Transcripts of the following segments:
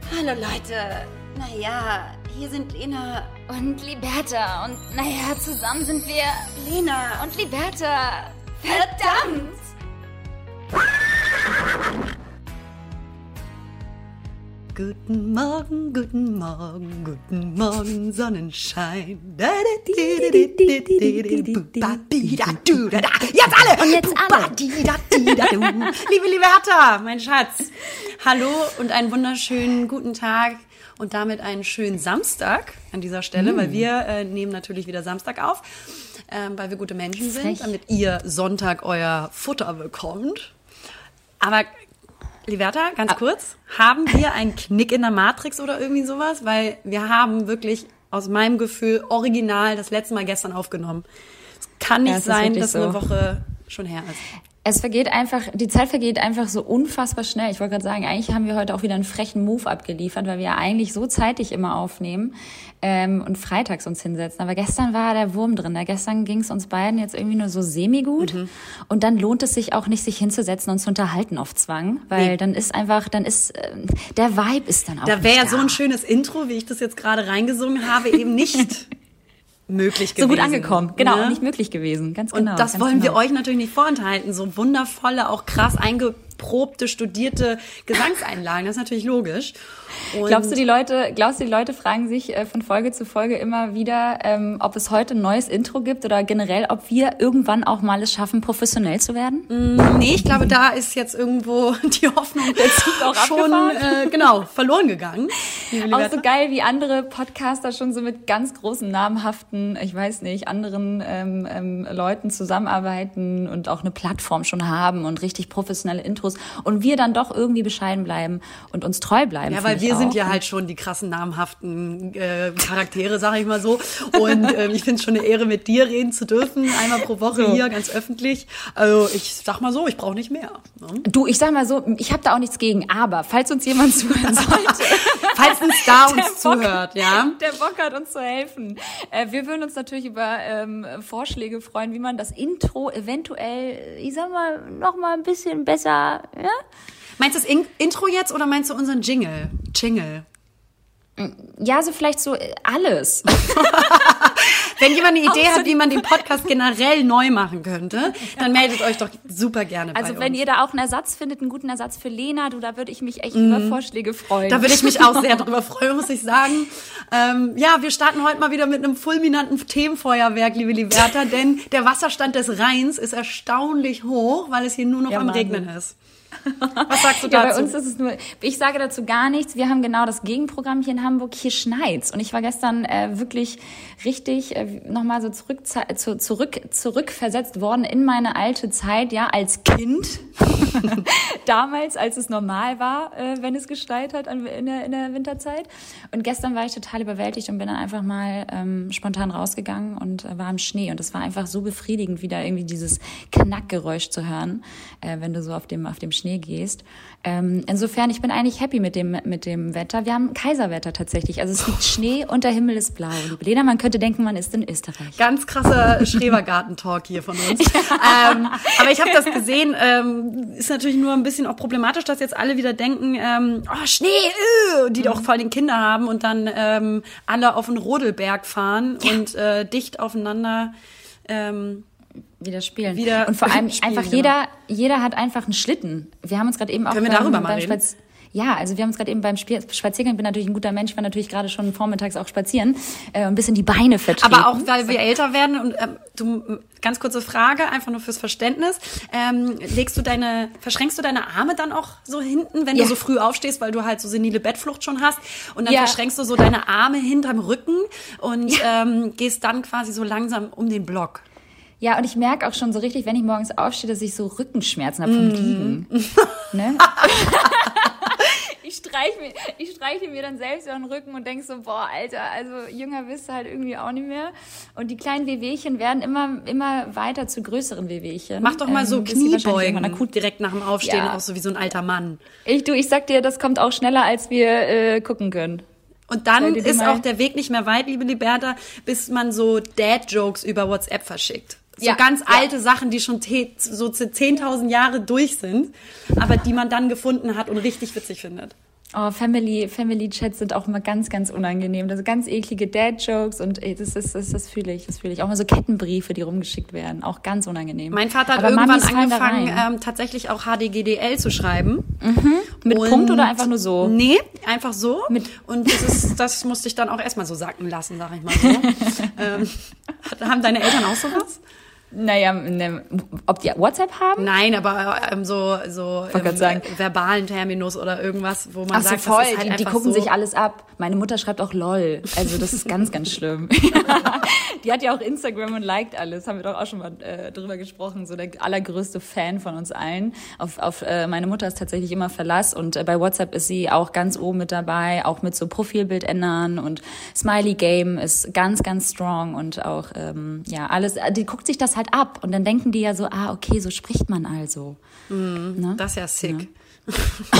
Hallo Leute, naja, hier sind Lena und Liberta und naja, zusammen sind wir Lena und Liberta. Verdammt! Guten Morgen, guten Morgen, guten Morgen, Sonnenschein. Jetzt alle! Und jetzt alle! Liebe Liberta, mein Schatz, hallo und einen wunderschönen guten Tag und damit einen schönen Samstag an dieser Stelle, weil wir nehmen natürlich wieder Samstag auf, weil wir gute Menschen sind, damit ihr Sonntag euer Futter bekommt. Aber Liberta, ganz kurz, haben wir einen Knick in der Matrix oder irgendwie sowas? Weil wir haben wirklich aus meinem Gefühl original das letzte Mal gestern aufgenommen. Es kann nicht sein, dass eine Woche schon her ist. Die Zeit vergeht einfach so unfassbar schnell. Ich wollte gerade sagen, eigentlich haben wir heute auch wieder einen frechen Move abgeliefert, weil wir ja eigentlich so zeitig immer aufnehmen und freitags uns hinsetzen. Aber gestern war der Wurm drin. Gestern ging es uns beiden jetzt irgendwie nur so semi-gut. Und dann lohnt es sich auch nicht, sich hinzusetzen und zu unterhalten auf Zwang, weil dann ist der Vibe ist dann auch da wäre ja da. so ein schönes Intro, wie ich das jetzt gerade reingesungen habe, eben nicht möglich gewesen. So gut angekommen, genau, ne? Nicht möglich gewesen, ganz genau. Und das wollen wir euch natürlich nicht vorenthalten. So wundervolle, auch krass eingeprobte, studierte Gesangseinlagen, das ist natürlich logisch. Und Glaubst du, die Leute fragen sich von Folge zu Folge immer wieder, ob es heute ein neues Intro gibt oder generell, ob wir irgendwann auch mal es schaffen, professionell zu werden? Nee, ich glaube, da ist jetzt irgendwo die Hoffnung auch schon verloren gegangen. Auch so geil, wie andere Podcaster schon so mit ganz großen, namhaften, ich weiß nicht, anderen Leuten zusammenarbeiten und auch eine Plattform schon haben und richtig professionelle Intros und wir dann doch irgendwie bescheiden bleiben und uns treu bleiben. Ja, weil wir sind ja halt schon die krassen, namhaften Charaktere, sag ich mal so. Und ich finde es schon eine Ehre, mit dir reden zu dürfen, einmal pro Woche hier, ganz öffentlich. Also ich sag mal so, ich brauche nicht mehr. Ne? Du, ich sag mal so, ich habe da auch nichts gegen, aber falls uns jemand zuhören sollte, falls ein Star uns zuhört, ja, der Bock hat, uns zu helfen. Wir würden uns natürlich über Vorschläge freuen, wie man das Intro eventuell, ich sag mal, noch mal ein bisschen besser, ja? Meinst du das Intro jetzt oder meinst du unseren Jingle? Ja, so vielleicht so alles. Wenn jemand eine Idee hat, wie man den Podcast generell neu machen könnte, dann meldet euch doch super gerne bei uns. Also wenn ihr da auch einen Ersatz findet, einen guten Ersatz für Lena, da würde ich mich echt über Vorschläge freuen. Da würde ich mich auch sehr drüber freuen, muss ich sagen. Wir starten heute mal wieder mit einem fulminanten Themenfeuerwerk, liebe Liberta, denn der Wasserstand des Rheins ist erstaunlich hoch, weil es hier nur noch am Regnen ist. Was sagst du dazu? Ja, bei uns ist es nur, ich sage dazu gar nichts. Wir haben genau das Gegenprogramm hier in Hamburg. Hier schneit's. Und ich war gestern wirklich richtig nochmal so zurückversetzt worden in meine alte Zeit, ja, als Kind. Damals, als es normal war, wenn es geschneit hat in der Winterzeit. Und gestern war ich total überwältigt und bin dann einfach mal spontan rausgegangen und war im Schnee. Und es war einfach so befriedigend, wieder irgendwie dieses Knackgeräusch zu hören, wenn du so auf dem Schnee gehst. Insofern, ich bin eigentlich happy mit dem Wetter. Wir haben Kaiserwetter tatsächlich. Also es liegt Schnee und der Himmel ist blau. Liebe Lena, man könnte denken, man ist in Österreich. Ganz krasser Schrebergarten-Talk hier von uns. Aber ich habe das gesehen. Ist natürlich nur ein bisschen auch problematisch, dass jetzt alle wieder denken, Schnee, die auch vor allem Kinder haben und dann alle auf den Rodelberg fahren und dicht aufeinander wieder spielen. Und vor allem einfach jeder hat einfach einen Schlitten. Wir haben uns gerade eben auch Können wir darüber mal reden? Ja, also wir haben uns gerade eben beim Spaziergang, ich bin natürlich ein guter Mensch, war natürlich gerade schon vormittags auch spazieren, ein bisschen die Beine vertreten. Aber auch, weil wir älter werden und ganz kurze Frage, einfach nur fürs Verständnis, verschränkst du deine Arme dann auch so hinten, wenn du so früh aufstehst, weil du halt so senile Bettflucht schon hast und dann verschränkst du so deine Arme hinterm Rücken und gehst dann quasi so langsam um den Block. Ja, und ich merke auch schon so richtig, wenn ich morgens aufstehe, dass ich so Rückenschmerzen habe vom Liegen. Ne? Ich streiche mir dann selbst über den Rücken und denk so, boah, Alter, also jünger bist du halt irgendwie auch nicht mehr. Und die kleinen Wehwehchen werden immer weiter zu größeren Wehwehchen. Mach doch mal so Kniebeugen direkt nach dem Aufstehen, auch so wie so ein alter Mann. Ich sag dir, das kommt auch schneller, als wir gucken können. Und dann ist auch der Weg nicht mehr weit, liebe Liberta, bis man so Dad-Jokes über WhatsApp verschickt. So ganz alte Sachen, die schon so 10.000 Jahre durch sind, aber die man dann gefunden hat und richtig witzig findet. Oh, Family-Chats sind auch immer ganz, ganz unangenehm. Also ganz eklige Dad-Jokes und das fühle ich. Auch mal so Kettenbriefe, die rumgeschickt werden, auch ganz unangenehm. Mein Vater hat Aber irgendwann Mamis fallen da angefangen, tatsächlich auch HDGDL zu schreiben. Mit Punkt oder einfach nur so? Nee, einfach so. Und das musste ich dann auch erstmal so sacken lassen, sag ich mal so. Haben deine Eltern auch sowas? Naja, ob die WhatsApp haben? Nein, aber so verbalen Terminus oder irgendwas, wo man sagt, voll, das ist halt die gucken sich alles ab. Meine Mutter schreibt auch LOL. Also das ist ganz, ganz schlimm. Die hat ja auch Instagram und liked alles. Haben wir doch auch schon mal drüber gesprochen. So der allergrößte Fan von uns allen. Auf meine Mutter ist tatsächlich immer Verlass. Und bei WhatsApp ist sie auch ganz oben mit dabei. Auch mit so Profilbild ändern. Und Smiley Game ist ganz, ganz strong. Und auch, alles. Die guckt sich das halt ab. Und dann denken die ja so, okay, so spricht man also. Ne? Das ist ja sick. Ja.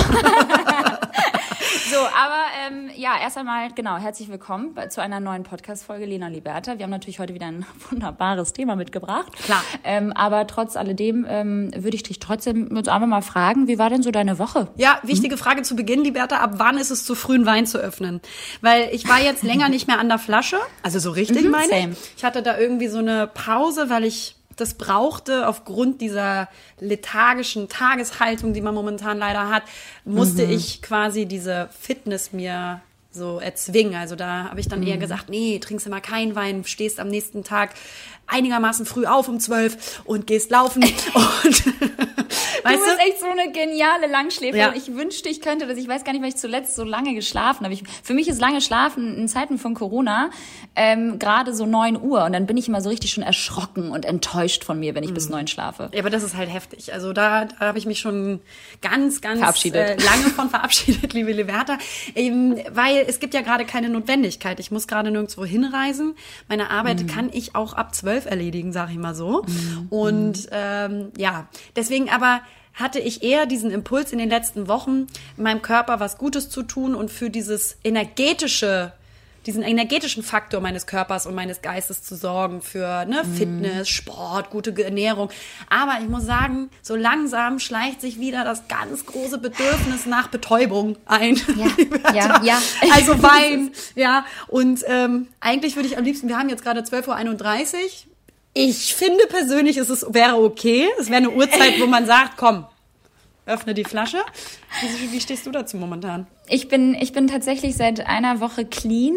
So, aber erst einmal, genau, herzlich willkommen zu einer neuen Podcast-Folge Lena Liberta. Wir haben natürlich heute wieder ein wunderbares Thema mitgebracht. Klar. Aber trotz alledem würde ich dich trotzdem jetzt einfach mal fragen, wie war denn so deine Woche? Ja, wichtige Frage zu Beginn, Liberta. Ab wann ist es zu früh, einen Wein zu öffnen? Weil ich war jetzt länger nicht mehr an der Flasche. Also so richtig meine same. ich. hatte da irgendwie so eine Pause, weil ich das brauchte, aufgrund dieser lethargischen Tageshaltung, die man momentan leider hat, musste ich quasi diese Fitness mir so erzwingen. Also da habe ich dann eher gesagt, nee, trinkst du mal keinen Wein, stehst am nächsten Tag einigermaßen früh auf um 12 und gehst laufen. Und Du bist echt so eine geniale Langschläferin. Ja. Ich wünschte, ich könnte das. Ich weiß gar nicht, weil ich zuletzt so lange geschlafen habe. Für mich ist lange Schlafen in Zeiten von Corona gerade so 9 Uhr. Und dann bin ich immer so richtig schon erschrocken und enttäuscht von mir, wenn ich bis 9 schlafe. Ja, aber das ist halt heftig. Also da habe ich mich schon ganz, ganz Verabschiedet. Lange von verabschiedet, liebe Liberta. Weil es gibt ja gerade keine Notwendigkeit. Ich muss gerade nirgendwo hinreisen. Meine Arbeit kann ich auch ab 12 erledigen, sage ich mal so. Und deswegen aber hatte ich eher diesen Impuls in den letzten Wochen, meinem Körper was Gutes zu tun und für diesen energetischen Faktor meines Körpers und meines Geistes zu sorgen, für Fitness, Sport, gute Ernährung. Aber ich muss sagen, so langsam schleicht sich wieder das ganz große Bedürfnis nach Betäubung ein. Ja. Also Wein, ja. Und eigentlich würde ich am liebsten, wir haben jetzt gerade 12:31 Uhr. Ich finde persönlich, wäre okay. Es wäre eine Uhrzeit, wo man sagt, komm, öffne die Flasche. Wie stehst du dazu momentan? Ich bin tatsächlich seit einer Woche clean.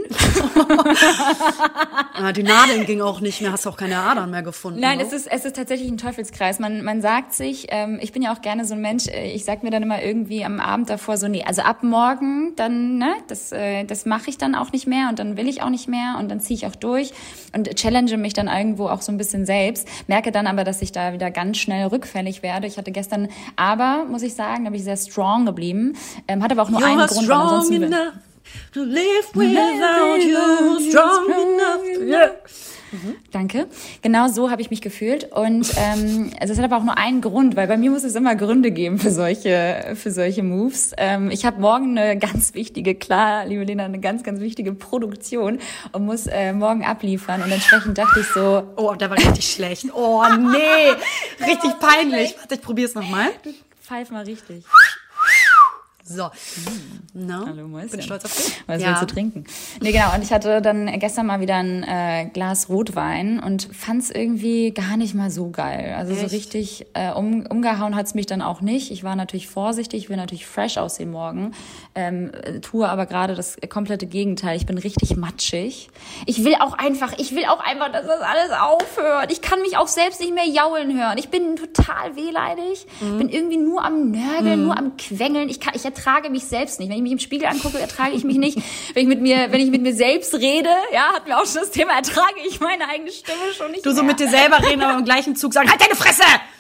Die Nadeln ging auch nicht mehr, hast auch keine Adern mehr gefunden. Nein, es ist tatsächlich ein Teufelskreis. Man sagt sich, ich bin ja auch gerne so ein Mensch, ich sag mir dann immer irgendwie am Abend davor so, nee, also ab morgen, dann, das mache ich dann auch nicht mehr und dann will ich auch nicht mehr und dann ziehe ich auch durch und challenge mich dann irgendwo auch so ein bisschen selbst. Merke dann aber, dass ich da wieder ganz schnell rückfällig werde. Ich hatte gestern, aber, muss ich sagen, da bin ich sehr strong geblieben. Hatte aber auch nur einen Grund, weil ansonsten enough to live without you, strong enough. Yeah. Danke. Genau so habe ich mich gefühlt. Und es hat aber auch nur einen Grund, weil bei mir muss es immer Gründe geben für solche Moves. Ich habe morgen eine ganz wichtige, klar, liebe Lena, eine ganz, ganz wichtige Produktion und muss morgen abliefern. Und entsprechend dachte ich so... Oh, der war richtig schlecht. Oh, nee. Richtig peinlich. Warte, ich probiere es nochmal. Pfeif mal richtig. So. No. Hallo Mäuschen. Bin stolz auf dich. Was willst du trinken? Nee, genau. Und ich hatte dann gestern mal wieder ein Glas Rotwein und fand es irgendwie gar nicht mal so geil. Also so richtig umgehauen hat's mich dann auch nicht. Ich war natürlich vorsichtig, will natürlich fresh aussehen morgen, tue aber gerade das komplette Gegenteil. Ich bin richtig matschig. Ich will auch einfach, dass das alles aufhört. Ich kann mich auch selbst nicht mehr jaulen hören. Ich bin total wehleidig, bin irgendwie nur am Nörgeln, nur am Quengeln. Ich ertrage mich selbst nicht. Wenn ich mich im Spiegel angucke, ertrage ich mich nicht. Wenn ich mit mir selbst rede, ja, hatten wir auch schon das Thema, ertrage ich meine eigene Stimme schon nicht Du mehr. so mit dir selber reden, aber im gleichen Zug sagen, halt deine Fresse!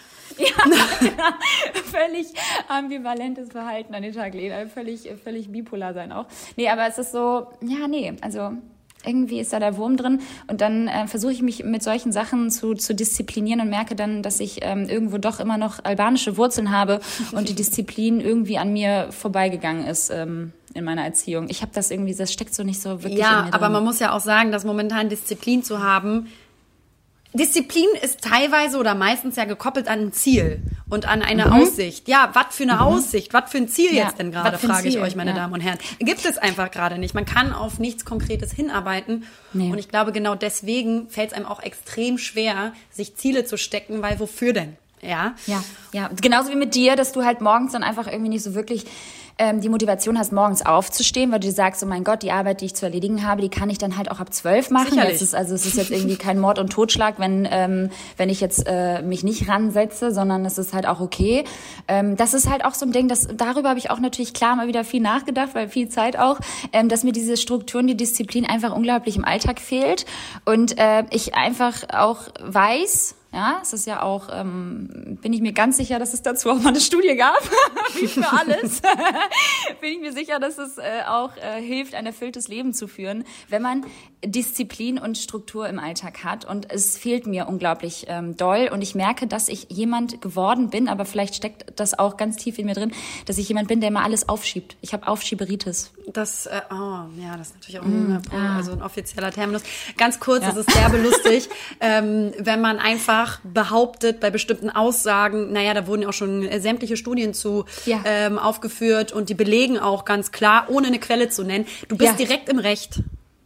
Ja, völlig ambivalentes Verhalten an den Tag legen, völlig bipolar sein auch. Nee, aber es ist so, also irgendwie ist da der Wurm drin und dann versuche ich mich mit solchen Sachen zu disziplinieren und merke dann, dass ich irgendwo doch immer noch albanische Wurzeln habe und die Disziplin irgendwie an mir vorbeigegangen ist in meiner Erziehung. Ich habe das steckt so nicht so wirklich in mir drin. Aber man muss ja auch sagen, dass momentan Disziplin zu haben Disziplin ist teilweise oder meistens ja gekoppelt an ein Ziel und an eine Aussicht. Ja, was für eine Aussicht, was für ein Ziel jetzt denn gerade, frage ich euch, meine Damen und Herren. Gibt es einfach gerade nicht. Man kann auf nichts Konkretes hinarbeiten. Nee. Und ich glaube, genau deswegen fällt es einem auch extrem schwer, sich Ziele zu stecken, weil wofür denn? Ja, genauso wie mit dir, dass du halt morgens dann einfach irgendwie nicht so wirklich die Motivation hast, morgens aufzustehen, weil du dir sagst, oh mein Gott, die Arbeit, die ich zu erledigen habe, die kann ich dann halt auch ab 12 machen. Sicherlich. Es ist jetzt irgendwie kein Mord und Totschlag, wenn ich jetzt mich nicht ransetze, sondern es ist halt auch okay. Das ist halt auch so ein Ding, darüber habe ich auch natürlich klar mal wieder viel nachgedacht, weil viel Zeit auch, dass mir diese Struktur und die Disziplin einfach unglaublich im Alltag fehlt und ich einfach auch weiß, ja, es ist ja auch, bin ich mir ganz sicher, dass es dazu auch mal eine Studie gab, wie für alles. Bin ich mir sicher, dass es auch hilft, ein erfülltes Leben zu führen, wenn man Disziplin und Struktur im Alltag hat. Und es fehlt mir unglaublich doll. Und ich merke, dass ich jemand geworden bin, aber vielleicht steckt das auch ganz tief in mir drin, dass ich jemand bin, der immer alles aufschiebt. Ich habe Aufschieberitis. Das ist natürlich auch also ein offizieller Terminus. Ganz kurz, es ist derbe lustig, wenn man einfach behauptet bei bestimmten Aussagen, da wurden ja auch schon sämtliche Studien zu aufgeführt und die belegen auch ganz klar, ohne eine Quelle zu nennen, du bist direkt im Recht.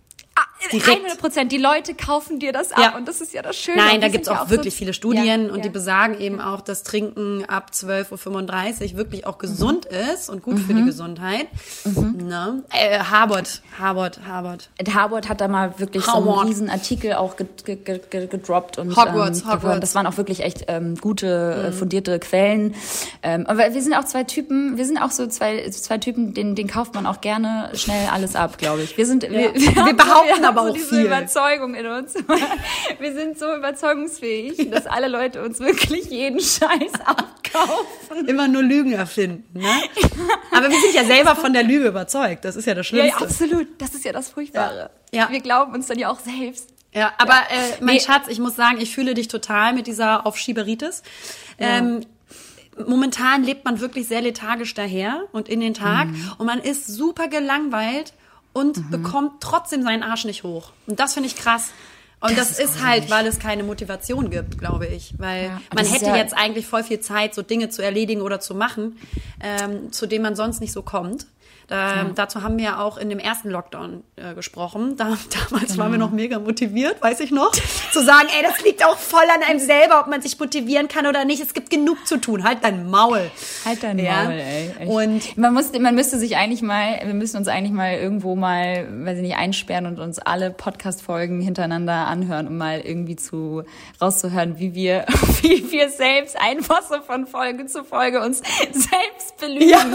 100%. Die Leute kaufen dir das ab und das ist ja das Schöne. Nein, da gibt's auch wirklich viele Studien und die besagen eben auch, dass Trinken ab 12:35 Uhr wirklich auch gesund ist und gut für die Gesundheit. Ne? Harvard hat da mal wirklich so einen riesen Artikel auch gedroppt. Und Hogwarts. Das waren auch wirklich echt gute, fundierte Quellen. Aber wir sind auch zwei Typen, zwei Typen, denen kauft man auch gerne schnell alles ab, glaube ich. Wir behaupten aber auch diese Überzeugung in uns. Wir sind so überzeugungsfähig, dass alle Leute uns wirklich jeden Scheiß abkaufen. Immer nur Lügen erfinden, ne? Aber wir sind ja selber von der Lüge überzeugt. Das ist ja das Schlimmste. Ja, absolut. Das ist ja das Furchtbare. Ja. Wir glauben uns dann ja auch selbst. Ja, aber mein Schatz, ich muss sagen, ich fühle dich total mit dieser Aufschieberitis. Momentan lebt man wirklich sehr lethargisch daher und in den Tag und man ist super gelangweilt und bekommt trotzdem seinen Arsch nicht hoch. Und das finde ich krass. Und das ist halt, weil es keine Motivation gibt, glaube ich. Weil man hätte jetzt eigentlich voll viel Zeit, so Dinge zu erledigen oder zu machen, zu denen man sonst nicht so kommt. Dazu haben wir ja auch in dem ersten Lockdown gesprochen. Damals waren wir noch mega motiviert, weiß ich noch, zu sagen, das liegt auch voll an einem selber, ob man sich motivieren kann oder nicht. Es gibt genug zu tun. Halt dein Maul. Halt dein Maul, ey. Echt. Und wir müssen uns eigentlich mal irgendwo mal, weiß ich nicht, einsperren und uns alle Podcast-Folgen hintereinander anhören, um mal irgendwie rauszuhören, wie wir selbst einfach so von Folge zu Folge uns selbst belügen. Ja.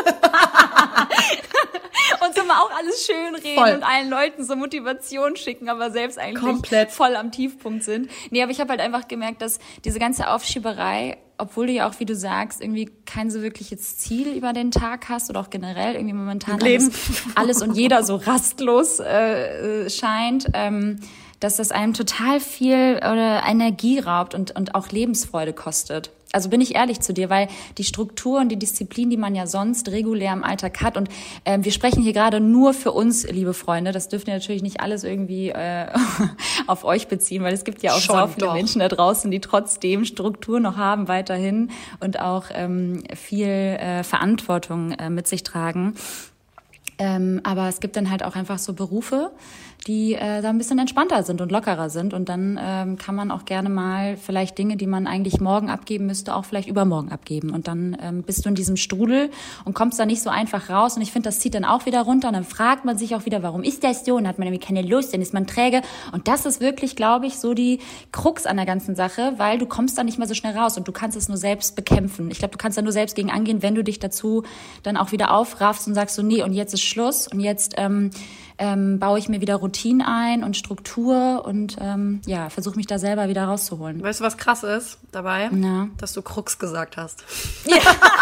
Und so mal auch alles schön reden und allen Leuten so Motivation schicken, aber selbst eigentlich komplett voll am Tiefpunkt sind. Nee, aber ich habe halt einfach gemerkt, dass diese ganze Aufschieberei, obwohl du ja auch, wie du sagst, irgendwie kein so wirkliches Ziel über den Tag hast oder auch generell irgendwie momentan alles und jeder so rastlos scheint, dass das einem total viel Energie raubt und auch Lebensfreude kostet. Also bin ich ehrlich zu dir, weil die Struktur und die Disziplin, die man ja sonst regulär im Alltag hat und wir sprechen hier gerade nur für uns, liebe Freunde, das dürft ihr natürlich nicht alles irgendwie auf euch beziehen, weil es gibt ja auch so viele Menschen da draußen, die trotzdem Struktur noch haben weiterhin und auch viel Verantwortung mit sich tragen. Aber es gibt dann halt auch einfach so Berufe, die da ein bisschen entspannter sind und lockerer sind. Und dann kann man auch gerne mal vielleicht Dinge, die man eigentlich morgen abgeben müsste, auch vielleicht übermorgen abgeben. Und dann bist du in diesem Strudel und kommst da nicht so einfach raus. Und ich finde, das zieht dann auch wieder runter. Und dann fragt man sich auch wieder, warum ist das so? Und hat man irgendwie keine Lust, dann ist man träge. Und das ist wirklich, glaube ich, so die Krux an der ganzen Sache, weil du kommst da nicht mehr so schnell raus und du kannst es nur selbst bekämpfen. Ich glaube, du kannst da nur selbst gegen angehen, wenn du dich dazu dann auch wieder aufraffst und sagst so, nee, und jetzt ist Schluss und jetzt baue ich mir wieder Routinen ein und Struktur und versuche mich da selber wieder rauszuholen. Weißt du, was krass ist dabei? Ja. Dass du Krux gesagt hast. Ja.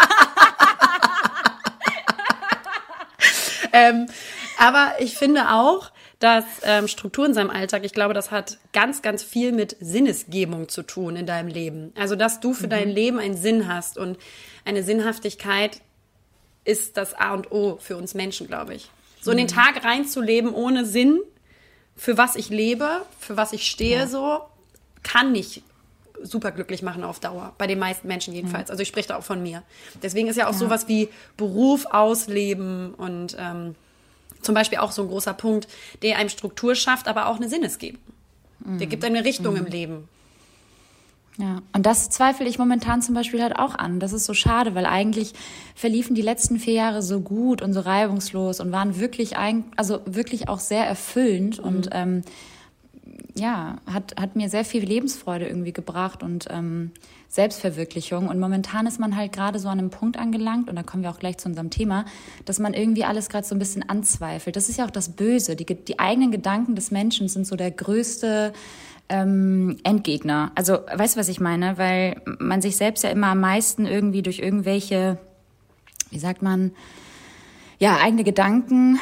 Aber ich finde auch, dass Struktur in seinem Alltag, ich glaube, das hat ganz, ganz viel mit Sinnesgebung zu tun in deinem Leben. Also, dass du für dein Leben einen Sinn hast und eine Sinnhaftigkeit ist das A und O für uns Menschen, glaube ich. So in den Tag reinzuleben ohne Sinn, für was ich lebe, für was ich stehe, so, kann nicht super glücklich machen auf Dauer. Bei den meisten Menschen jedenfalls. Also ich spreche da auch von mir. Deswegen ist ja auch sowas wie Beruf ausleben und zum Beispiel auch so ein großer Punkt, der einem Struktur schafft, aber auch eine Sinnesgebung. Der gibt eine Richtung im Leben. Ja, und das zweifle ich momentan zum Beispiel halt auch an. Das ist so schade, weil eigentlich verliefen die letzten 4 Jahre so gut und so reibungslos und waren wirklich wirklich auch sehr erfüllend und hat mir sehr viel Lebensfreude irgendwie gebracht und Selbstverwirklichung. Und momentan ist man halt gerade so an einem Punkt angelangt, und da kommen wir auch gleich zu unserem Thema, dass man irgendwie alles gerade so ein bisschen anzweifelt. Das ist ja auch das Böse. Die eigenen Gedanken des Menschen sind so der größte Endgegner. Also, weißt du, was ich meine? Weil man sich selbst ja immer am meisten irgendwie durch irgendwelche, wie sagt man, eigene Gedanken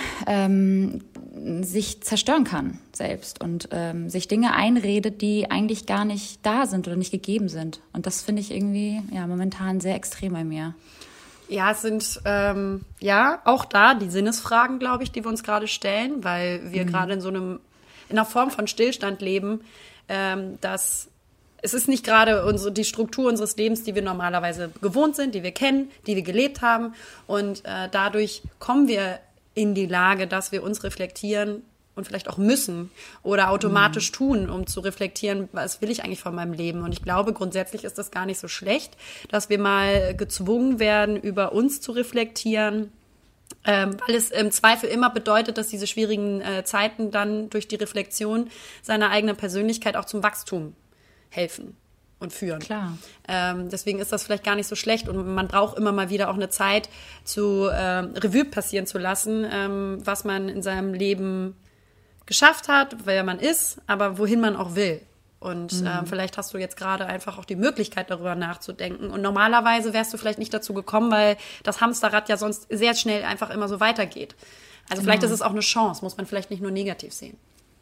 sich zerstören kann selbst und sich Dinge einredet, die eigentlich gar nicht da sind oder nicht gegeben sind. Und das finde ich irgendwie momentan sehr extrem bei mir. Ja, es sind auch da die Sinnesfragen, glaube ich, die wir uns gerade stellen, weil wir gerade in einer Form von Stillstand leben, dass es ist nicht gerade die Struktur unseres Lebens, die wir normalerweise gewohnt sind, die wir kennen, die wir gelebt haben. Und dadurch kommen wir in die Lage, dass wir uns reflektieren und vielleicht auch müssen oder automatisch tun, um zu reflektieren, was will ich eigentlich von meinem Leben. Und ich glaube, grundsätzlich ist das gar nicht so schlecht, dass wir mal gezwungen werden, über uns zu reflektieren, weil es im Zweifel immer bedeutet, dass diese schwierigen Zeiten dann durch die Reflexion seiner eigenen Persönlichkeit auch zum Wachstum helfen und führen. Klar. Deswegen ist das vielleicht gar nicht so schlecht und man braucht immer mal wieder auch eine Zeit zu Revue passieren zu lassen, was man in seinem Leben geschafft hat, wer man ist, aber wohin man auch will. Und vielleicht hast du jetzt gerade einfach auch die Möglichkeit, darüber nachzudenken. Und normalerweise wärst du vielleicht nicht dazu gekommen, weil das Hamsterrad ja sonst sehr schnell einfach immer so weitergeht. Also vielleicht ist es auch eine Chance, muss man vielleicht nicht nur negativ sehen.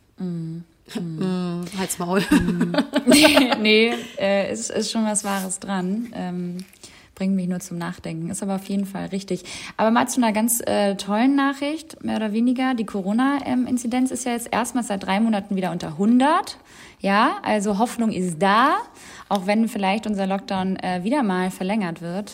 Halt's Maul. Nee, ist schon was Wahres dran. Bringt mich nur zum Nachdenken. Ist aber auf jeden Fall richtig. Aber mal zu einer ganz tollen Nachricht, mehr oder weniger. Die Corona-Inzidenz ist ja jetzt erstmals seit 3 Monaten wieder unter 100. Ja, also Hoffnung ist da, auch wenn vielleicht unser Lockdown wieder mal verlängert wird.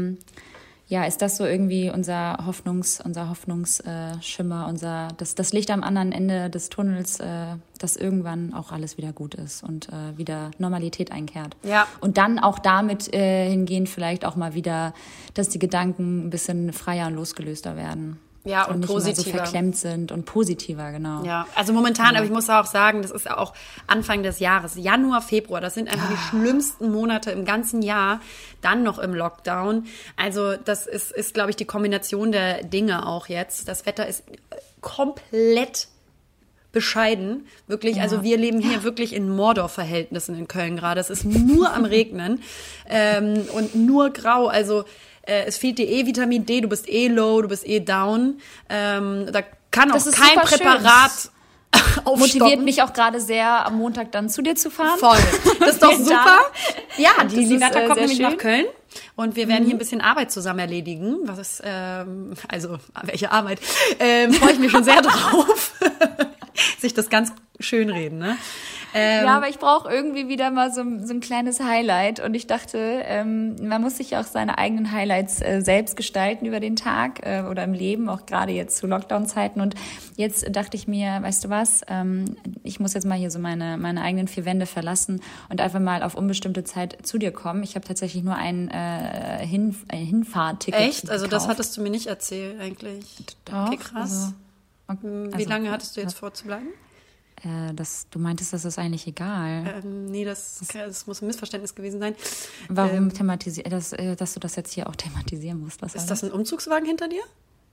Ist das so irgendwie unser Hoffnungsschimmer, das Licht am anderen Ende des Tunnels, dass irgendwann auch alles wieder gut ist und wieder Normalität einkehrt. Ja. Und dann auch damit hingehend vielleicht auch mal wieder, dass die Gedanken ein bisschen freier und losgelöster werden. Ja, und nicht positiver. Immer so verklemmt sind und positiver, genau. Ja, also momentan, aber ich muss auch sagen, das ist ja auch Anfang des Jahres, Januar, Februar, das sind einfach die schlimmsten Monate im ganzen Jahr, dann noch im Lockdown. Also das ist, glaube ich, die Kombination der Dinge auch jetzt. Das Wetter ist komplett bescheiden, wirklich. Ja. Also wir leben hier wirklich in Mordor-Verhältnissen in Köln gerade. Es ist nur am Regnen und nur grau, also es fehlt dir Vitamin D, du bist low, du bist down. Da kann auch kein Präparat aufstocken. Motiviert mich auch gerade sehr, am Montag dann zu dir zu fahren. Voll. Das ist doch super. Ja, die Linata kommt nämlich schön. nach Köln. Und wir werden hier ein bisschen Arbeit zusammen erledigen. Was ist, welche Arbeit? Freue ich mich schon sehr drauf. Sich das ganz schön reden, ne? Ja, aber ich brauche irgendwie wieder mal so ein kleines Highlight. Und ich dachte, man muss sich auch seine eigenen Highlights selbst gestalten über den Tag oder im Leben, auch gerade jetzt zu Lockdown-Zeiten. Und jetzt dachte ich mir, weißt du was, ich muss jetzt mal hier so meine eigenen 4 Wände verlassen und einfach mal auf unbestimmte Zeit zu dir kommen. Ich habe tatsächlich nur ein Hinfahrticket Echt? Also gekauft. Das hattest du mir nicht erzählt eigentlich. Doch, okay, krass. Wie lange hattest du jetzt vor zu bleiben? Du meintest, das ist eigentlich egal. Nee, das muss ein Missverständnis gewesen sein. Warum dass du das jetzt hier auch thematisieren musst? Was ist das ein Umzugswagen hinter dir?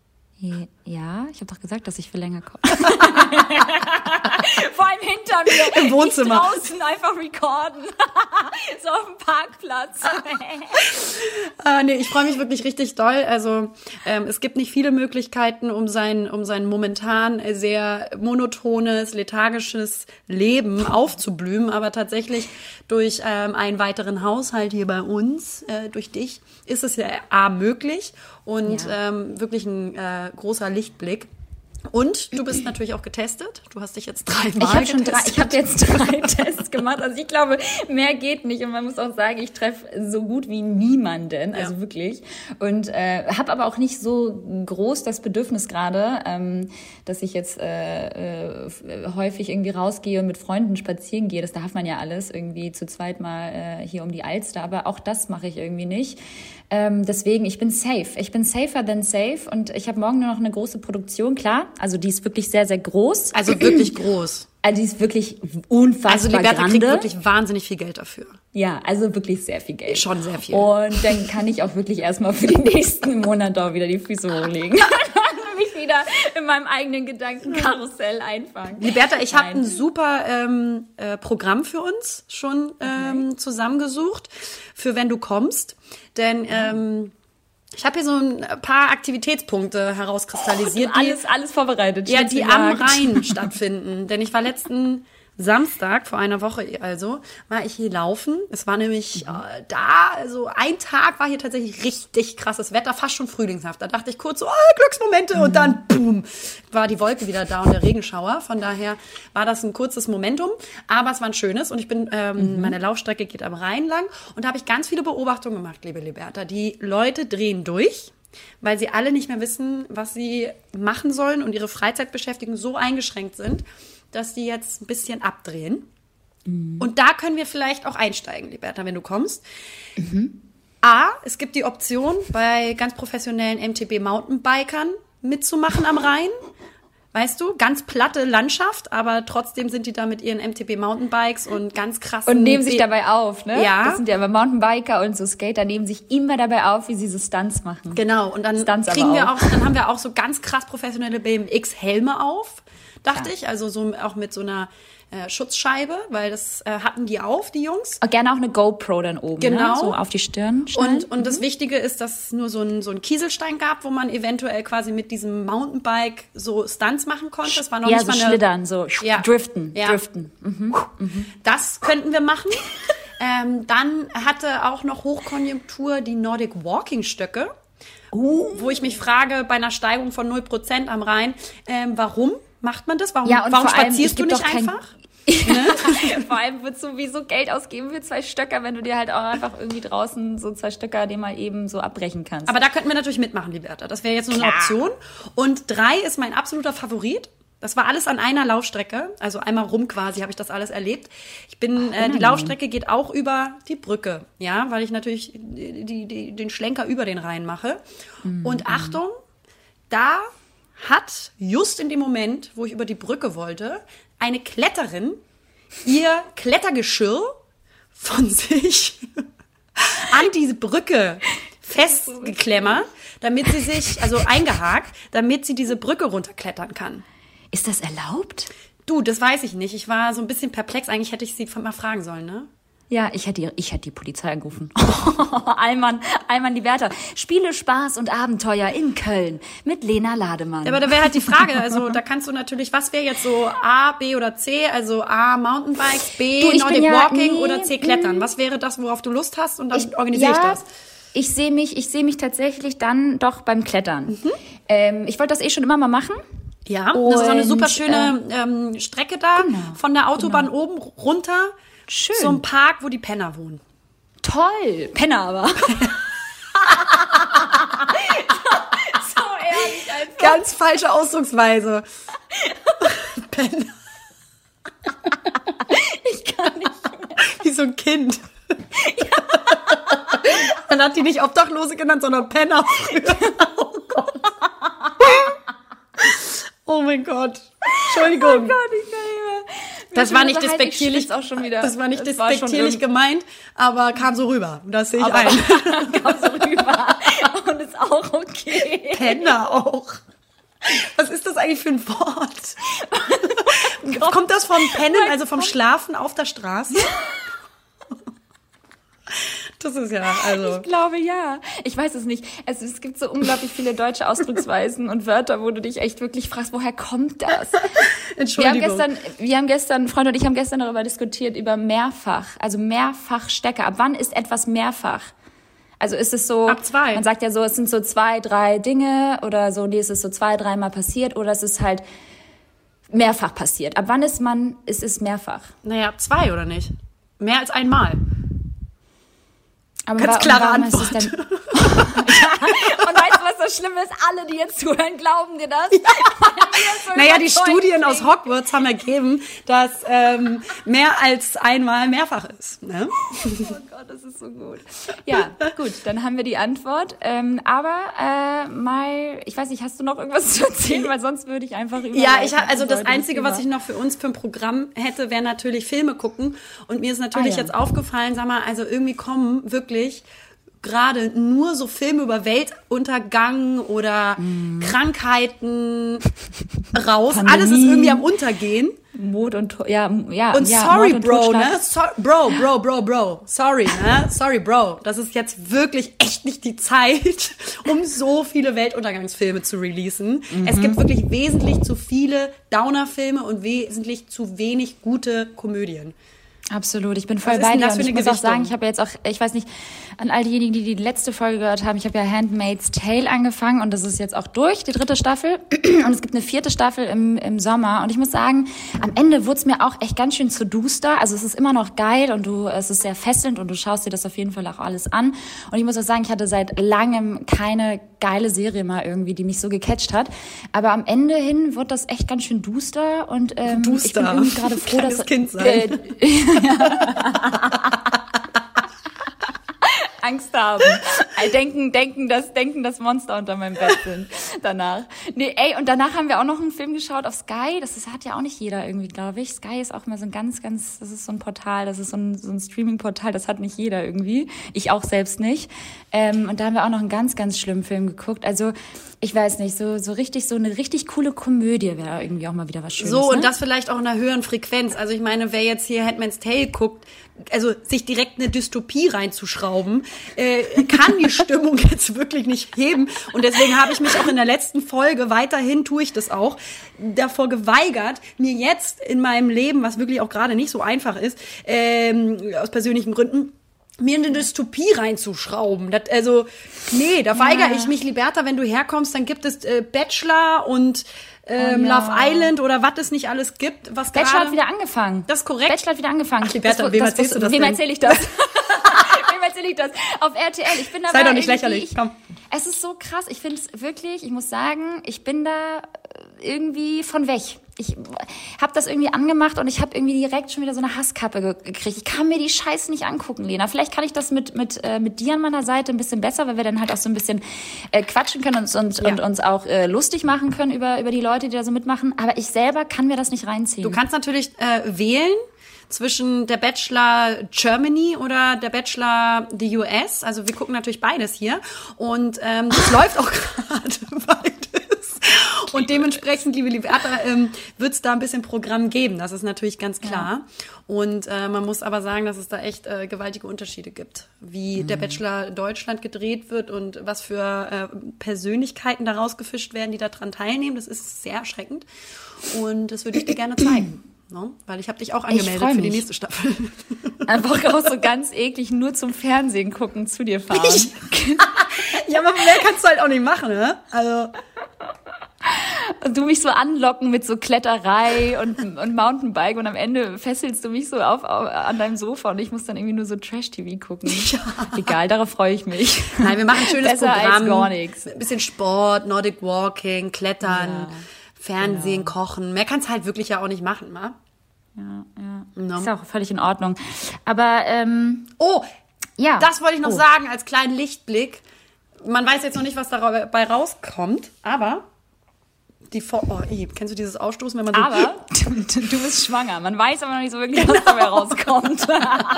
Ja, ich habe doch gesagt, dass ich für länger komme. Vor allem hinter mir. Im Wohnzimmer. Draußen einfach recorden. So auf dem Parkplatz. Nee, ich freue mich wirklich richtig doll. Also es gibt nicht viele Möglichkeiten, um sein momentan sehr monotones, lethargisches Leben aufzublühen. Aber tatsächlich durch einen weiteren Haushalt hier bei uns, durch dich, ist es ja möglich und wirklich ein großer Lichtblick. Und du bist natürlich auch getestet. Du hast dich jetzt 3-mal getestet. Ich habe jetzt 3 Tests gemacht. Also ich glaube, mehr geht nicht. Und man muss auch sagen, ich treffe so gut wie niemanden. Also wirklich. Und habe aber auch nicht so groß das Bedürfnis gerade, dass ich jetzt häufig irgendwie rausgehe und mit Freunden spazieren gehe. Das darf man ja alles irgendwie zu zweit mal hier um die Alster. Aber auch das mache ich irgendwie nicht. Deswegen, ich bin safe. Ich bin safer than safe. Und ich habe morgen nur noch eine große Produktion. Klar, also die ist wirklich sehr, sehr groß. Also wirklich groß. Also die ist wirklich unfassbar Also Liberta grande. kriegt wirklich wahnsinnig viel Geld dafür. Ja, also wirklich sehr viel Geld. Schon sehr viel. Und dann kann ich auch wirklich erstmal für den nächsten Monat auch wieder die Füße hochlegen. Und mich wieder in meinem eigenen Gedankenkarussell einfangen. Liberta, ich habe ein super Programm für uns schon zusammengesucht, für wenn du kommst. Denn ich habe hier so ein paar Aktivitätspunkte herauskristallisiert. Alles vorbereitet. Ja, die am Rhein stattfinden. Denn ich war letzten Samstag, vor einer Woche also, war ich hier laufen. Es war nämlich also ein Tag war hier tatsächlich richtig krasses Wetter, fast schon frühlingshaft. Da dachte ich kurz so, Glücksmomente und dann, boom, war die Wolke wieder da und der Regenschauer. Von daher war das ein kurzes Momentum, aber es war ein schönes. Und ich bin, meine Laufstrecke geht am Rhein lang und da habe ich ganz viele Beobachtungen gemacht, liebe Liberta. Die Leute drehen durch, weil sie alle nicht mehr wissen, was sie machen sollen und ihre Freizeitbeschäftigungen so eingeschränkt sind, dass die jetzt ein bisschen abdrehen. Und da können wir vielleicht auch einsteigen, Liberta, wenn du kommst. Es gibt die Option, bei ganz professionellen MTB-Mountainbikern mitzumachen am Rhein. Weißt du, ganz platte Landschaft, aber trotzdem sind die da mit ihren MTB-Mountainbikes und ganz krassen... Und nehmen sich dabei auf, ne? Ja. Das sind ja aber Mountainbiker und so Skater, nehmen sich immer dabei auf, wie sie so Stunts machen. Genau, und dann dann haben wir auch so ganz krass professionelle BMX-Helme auf, dachte ich. Also so auch mit so einer Schutzscheibe, weil das hatten die auf, die Jungs. Gerne auch eine GoPro dann oben, genau. Ne? So auf die Stirn schnallen. Und das Wichtige ist, dass es nur so ein Kieselstein gab, wo man eventuell quasi mit diesem Mountainbike so Stunts machen konnte. Das war noch nicht so mal schlittern, so driften. Das könnten wir machen. Dann hatte auch noch Hochkonjunktur die Nordic Walking Stöcke, wo ich mich frage, bei einer Steigung von 0% am Rhein, warum macht man das? Warum spazierst du nicht einfach? Vor allem würdest du sowieso Geld ausgeben für 2 Stöcker, wenn du dir halt auch einfach irgendwie draußen so 2 Stöcker dir mal eben so abbrechen kannst. Aber da könnten wir natürlich mitmachen, Liberta. Das wäre jetzt nur eine Option. Und 3 ist mein absoluter Favorit. Das war alles an einer Laufstrecke, also einmal rum quasi habe ich das alles erlebt. Die Laufstrecke geht auch über die Brücke, ja, weil ich natürlich den Schlenker über den Rhein mache. Und Achtung, da hat just in dem Moment, wo ich über die Brücke wollte, eine Kletterin ihr Klettergeschirr von sich an diese Brücke festgeklemmert, damit sie sich, also eingehakt, damit sie diese Brücke runterklettern kann. Ist das erlaubt? Du, das weiß ich nicht. Ich war so ein bisschen perplex. Eigentlich hätte ich sie mal fragen sollen, ne? Ja, ich hätte die Polizei angerufen. Allmann Liberta. Spiele, Spaß und Abenteuer in Köln mit Lena Lademann. Ja, aber da wäre halt die Frage, also da kannst du natürlich, was wäre jetzt so A, B oder C? Also A, Mountainbikes, B, Nordic Walking oder C, Klettern. Was wäre das, worauf du Lust hast und dann organisiere ich das? Ich sehe mich tatsächlich dann doch beim Klettern. Ich wollte das schon immer mal machen. Ja, das ist auch eine super schöne Strecke da, von der Autobahn oben runter. Schön. Zum Park, wo die Penner wohnen. Toll. Penner aber. So ehrlich einfach. Ganz falsche Ausdrucksweise. Penner. Ich kann nicht mehr. Wie so ein Kind. Ja. Dann hat die nicht Obdachlose genannt, sondern Penner. Oh Gott. Oh mein Gott. Entschuldigung. Oh Gott, ich kann nicht mehr. Das war nicht despektierlich, auch schon wieder. Das war nicht despektierlich gemeint, aber kam so rüber. Das sehe ich ein. Kam so rüber. Und ist auch okay. Penner auch. Was ist das eigentlich für ein Wort? Kommt das vom Pennen, also vom Schlafen auf der Straße? Das ist ja, also... Ich glaube, ja. Ich weiß es nicht. Es gibt so unglaublich viele deutsche Ausdrucksweisen und Wörter, wo du dich echt wirklich fragst, woher kommt das? Entschuldigung. Freunde und ich haben gestern darüber diskutiert, über mehrfach, also Mehrfachstecker. Ab wann ist etwas mehrfach? Also ist es so, ab 2. Man sagt ja so, es sind so 2, 3 Dinge oder so, nee, es ist so 2, 3 Mal passiert oder es ist halt mehrfach passiert. Ab wann ist es mehrfach? Naja, ab 2 oder nicht? Mehr als einmal. Aber Ganz klare warum ist es Antwort. denn? Und weißt du, was so schlimm ist? Alle, die jetzt zuhören, glauben dir das? So Naja, die Studien aus Hogwarts haben ergeben, dass mehr als einmal mehrfach ist. Ne? Oh Gott, das ist so gut. Ja, gut, dann haben wir die Antwort. Aber mal, ich weiß nicht, hast du noch irgendwas zu erzählen? Weil sonst würde ich einfach Ja, also das Einzige, was ich noch für uns für ein Programm hätte, wäre natürlich Filme gucken. Und mir ist natürlich jetzt aufgefallen, sag mal, also irgendwie kommen wirklich gerade nur so Filme über Weltuntergang oder Krankheiten raus. Pandemie. Alles ist irgendwie am Untergehen. Mord und Und sorry, Mord und Bro, Totschlag. ne? Bro. Sorry, ne? Sorry, Bro. Das ist jetzt wirklich echt nicht die Zeit, um so viele Weltuntergangsfilme zu releasen. Es gibt wirklich wesentlich zu viele Downer-Filme und wesentlich zu wenig gute Komödien. Absolut, ich bin voll Was ist bei denn dir das und für ich eine muss auch sagen, Gewichtung? ich habe jetzt auch, ich weiß nicht, an all diejenigen, die die letzte Folge gehört haben, ich habe ja Handmaid's Tale angefangen und das ist jetzt auch durch, die 3. Staffel und es gibt eine 4. Staffel im Sommer und ich muss sagen, am Ende wurde es mir auch echt ganz schön zu duster, also es ist immer noch geil und es ist sehr fesselnd und du schaust dir das auf jeden Fall auch alles an und ich muss auch sagen, ich hatte seit langem keine geile Serie mal irgendwie, die mich so gecatcht hat, aber am Ende hin wird das echt ganz schön duster und ich bin irgendwie gerade froh, Kleines dass Kind sein. Angst haben. Denken, dass Monster unter meinem Bett sind danach. Nee, und danach haben wir auch noch einen Film geschaut auf Sky. Das hat ja auch nicht jeder irgendwie, glaube ich. Sky ist auch immer so ein ganz, das ist so ein Portal, das ist so ein Streaming-Portal, das hat nicht jeder irgendwie. Ich auch selbst nicht. Und da haben wir auch noch einen ganz, ganz schlimmen Film geguckt. Also, ich weiß nicht, so eine richtig coole Komödie wäre irgendwie auch mal wieder was Schönes. So, und ne? das vielleicht auch in einer höheren Frequenz. Also ich meine, wer jetzt hier Handmaid's Tale guckt, also sich direkt eine Dystopie reinzuschrauben, kann die Stimmung jetzt wirklich nicht heben. Und deswegen habe ich mich auch in der letzten Folge, weiterhin tue ich das auch, davor geweigert, mir jetzt in meinem Leben, was wirklich auch gerade nicht so einfach ist, aus persönlichen Gründen, mir eine Dystopie reinzuschrauben. Da weigere ich mich, Liberta, wenn du herkommst, dann gibt es Bachelor und Love Island oder was es nicht alles gibt. Was Bachelor hat wieder angefangen. Das ist korrekt. Bachelor hat wieder angefangen. Ach, Liberta, wem erzählst du das Wem denn? erzähle ich das? Wem erzähle ich das? Auf RTL. Ich bin dabei. Sei doch nicht lächerlich, komm. Es ist so krass. Ich finde es wirklich, ich muss sagen, ich bin da irgendwie von weg. Ich habe das irgendwie angemacht und ich habe irgendwie direkt schon wieder so eine Hasskappe gekriegt. Ich kann mir die Scheiße nicht angucken, Lena. Vielleicht kann ich das mit dir an meiner Seite ein bisschen besser, weil wir dann halt auch so ein bisschen quatschen können und uns auch lustig machen können über die Leute, die da so mitmachen. Aber ich selber kann mir das nicht reinziehen. Du kannst natürlich wählen zwischen der Bachelor Germany oder der Bachelor the US. Also wir gucken natürlich beides hier. Und das läuft auch gerade beides. Und dementsprechend, liebe Liberta, wird es da ein bisschen Programm geben. Das ist natürlich ganz klar. Ja. Und man muss aber sagen, dass es da echt gewaltige Unterschiede gibt. Wie der Bachelor Deutschland gedreht wird und was für Persönlichkeiten da rausgefischt werden, die da dran teilnehmen. Das ist sehr erschreckend. Und das würde ich dir gerne zeigen. No? Weil ich habe dich auch angemeldet für die nächste Staffel. Einfach raus so ganz eklig nur zum Fernsehen gucken, zu dir fahren. Ja, aber mehr kannst du halt auch nicht machen, ne? Also... Und du mich so anlocken mit so Kletterei und Mountainbike und am Ende fesselst du mich so auf an deinem Sofa und ich muss dann irgendwie nur so Trash-TV gucken. Ja. Egal, darauf freue ich mich. Nein, wir machen ein schönes Besser Programm. Als gar nichts. Ein bisschen Sport, Nordic Walking, Klettern, Fernsehen, Kochen. Mehr kannst du halt wirklich ja auch nicht machen, wa? Ja. No. Ist ja auch völlig in Ordnung. Aber, ja. Das wollte ich noch sagen als kleinen Lichtblick. Man weiß jetzt noch nicht, was dabei rauskommt, aber... kennst du dieses Ausstoßen, wenn man so... Aber du bist schwanger. Man weiß aber noch nicht so wirklich, was dabei rauskommt.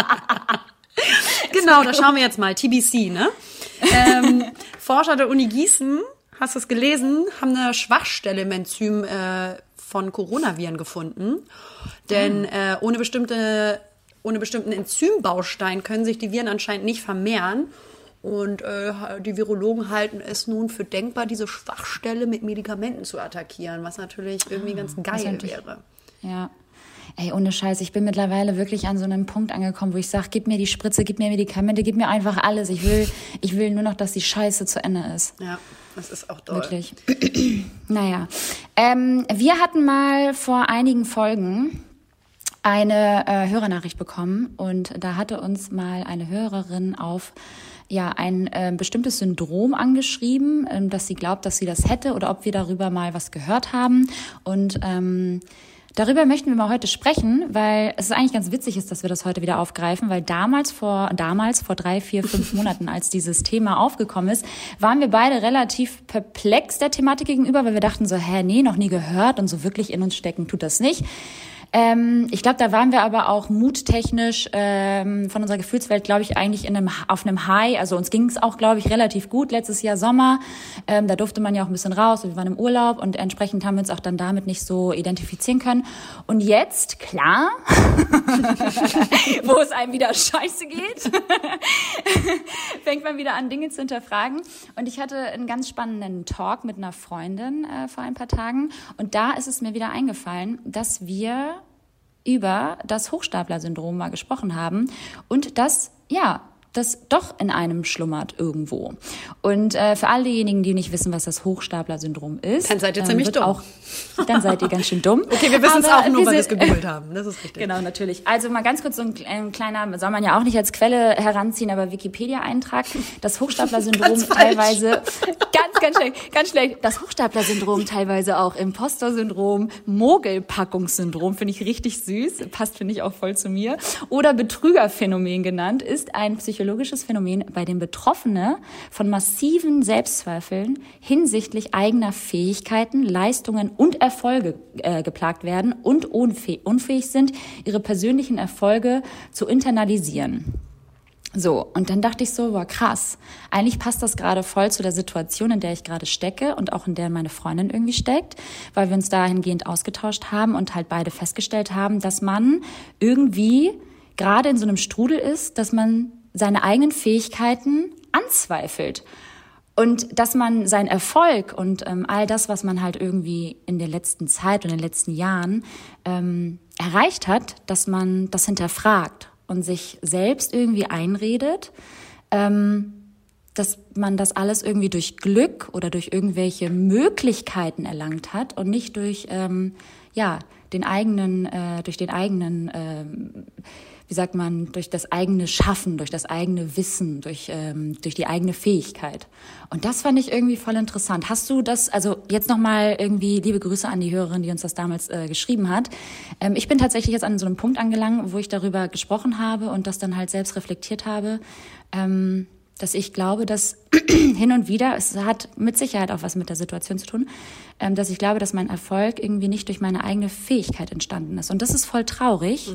Genau, da schauen wir jetzt mal. TBC, ne? Forscher der Uni Gießen, hast du es gelesen, haben eine Schwachstelle im Enzym von Coronaviren gefunden. Denn ohne bestimmten Enzymbaustein können sich die Viren anscheinend nicht vermehren. Und die Virologen halten es nun für denkbar, diese Schwachstelle mit Medikamenten zu attackieren, was natürlich irgendwie ganz geil wäre. Ja. Ey, ohne Scheiß, ich bin mittlerweile wirklich an so einem Punkt angekommen, wo ich sage, gib mir die Spritze, gib mir Medikamente, gib mir einfach alles. Ich will nur noch, dass die Scheiße zu Ende ist. Ja, das ist auch toll. Wirklich. Naja. Wir hatten mal vor einigen Folgen eine Hörernachricht bekommen und da hatte uns mal eine Hörerin auf ein bestimmtes Syndrom angeschrieben, dass sie glaubt, dass sie das hätte oder ob wir darüber mal was gehört haben. Und darüber möchten wir mal heute sprechen, weil es eigentlich ganz witzig ist, dass wir das heute wieder aufgreifen, weil damals vor 3, 4, 5 Monaten, als dieses Thema aufgekommen ist, waren wir beide relativ perplex der Thematik gegenüber, weil wir dachten so, nee, noch nie gehört und so wirklich in uns stecken tut das nicht. Ich glaube, da waren wir aber auch muttechnisch von unserer Gefühlswelt, glaube ich, eigentlich auf einem High. Also uns ging es auch, glaube ich, relativ gut letztes Jahr Sommer. Da durfte man ja auch ein bisschen raus und wir waren im Urlaub und entsprechend haben wir uns auch dann damit nicht so identifizieren können. Und jetzt, klar, wo es einem wieder scheiße geht, fängt man wieder an, Dinge zu hinterfragen. Und ich hatte einen ganz spannenden Talk mit einer Freundin vor ein paar Tagen und da ist es mir wieder eingefallen, dass wir über das Hochstapler-Syndrom mal gesprochen haben und das doch in einem schlummert irgendwo. Und für all diejenigen, die nicht wissen, was das Hochstapler-Syndrom ist, dann seid ihr ziemlich dumm. Dann seid ihr ganz schön dumm. Okay, wir wissen es auch nur, weil wir es gegoogelt haben. Das ist richtig. Genau, natürlich. Also mal ganz kurz so ein kleiner, soll man ja auch nicht als Quelle heranziehen, aber Wikipedia-Eintrag. Das Hochstapler-Syndrom teilweise, ganz schlecht. Das Hochstapler-Syndrom teilweise auch Impostor-Syndrom, Mogelpackungssyndrom, finde ich richtig süß, passt, finde ich, auch voll zu mir. Oder Betrügerphänomen genannt, ist ein psychologisches Phänomen, bei dem Betroffene von massiven Selbstzweifeln hinsichtlich eigener Fähigkeiten, Leistungen und Erfolge geplagt werden und unfähig sind, ihre persönlichen Erfolge zu internalisieren. So, und dann dachte ich so, boah, krass, eigentlich passt das gerade voll zu der Situation, in der ich gerade stecke und auch in der meine Freundin irgendwie steckt, weil wir uns dahingehend ausgetauscht haben und halt beide festgestellt haben, dass man irgendwie gerade in so einem Strudel ist, dass man seine eigenen Fähigkeiten anzweifelt. Und dass man seinen Erfolg und all das, was man halt irgendwie in der letzten Zeit und in den letzten Jahren erreicht hat, dass man das hinterfragt und sich selbst irgendwie einredet, dass man das alles irgendwie durch Glück oder durch irgendwelche Möglichkeiten erlangt hat und nicht durch den eigenen durch das eigene Schaffen, durch das eigene Wissen, durch die eigene Fähigkeit. Und das fand ich irgendwie voll interessant. Hast du das, also jetzt nochmal irgendwie liebe Grüße an die Hörerin, die uns das damals geschrieben hat. Ich bin tatsächlich jetzt an so einem Punkt angelangt, wo ich darüber gesprochen habe und das dann halt selbst reflektiert habe, dass ich glaube, dass hin und wieder, es hat mit Sicherheit auch was mit der Situation zu tun, dass ich glaube, dass mein Erfolg irgendwie nicht durch meine eigene Fähigkeit entstanden ist. Und das ist voll traurig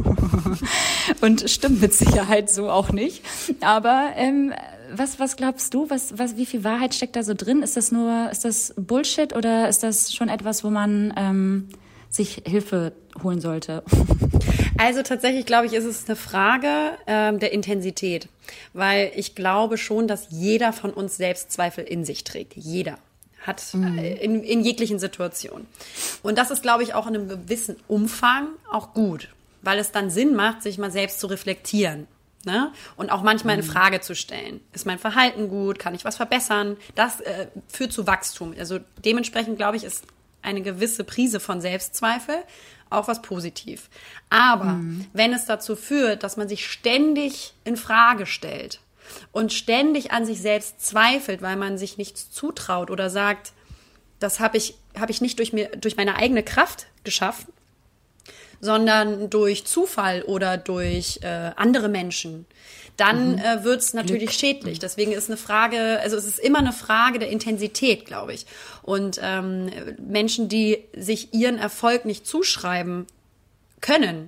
und stimmt mit Sicherheit so auch nicht. Aber was glaubst du, wie viel Wahrheit steckt da so drin? Ist das Bullshit oder ist das schon etwas, wo man sich Hilfe holen sollte? Also tatsächlich, glaube ich, ist es eine Frage der Intensität, weil ich glaube schon, dass jeder von uns Selbstzweifel in sich trägt. Jeder hat in jeglichen Situationen. Und das ist, glaube ich, auch in einem gewissen Umfang auch gut, weil es dann Sinn macht, sich mal selbst zu reflektieren. Ne? Und auch manchmal in Frage zu stellen. Ist mein Verhalten gut? Kann ich was verbessern? Das führt zu Wachstum. Also dementsprechend, glaube ich, ist eine gewisse Prise von Selbstzweifel auch was positiv. Aber wenn es dazu führt, dass man sich ständig in Frage stellt und ständig an sich selbst zweifelt, weil man sich nichts zutraut oder sagt, das habe ich nicht durch meine eigene Kraft geschaffen, sondern durch Zufall oder durch andere Menschen, dann wird es natürlich schädlich. Deswegen ist es ist immer eine Frage der Intensität, glaube ich. Und Menschen, die sich ihren Erfolg nicht zuschreiben können,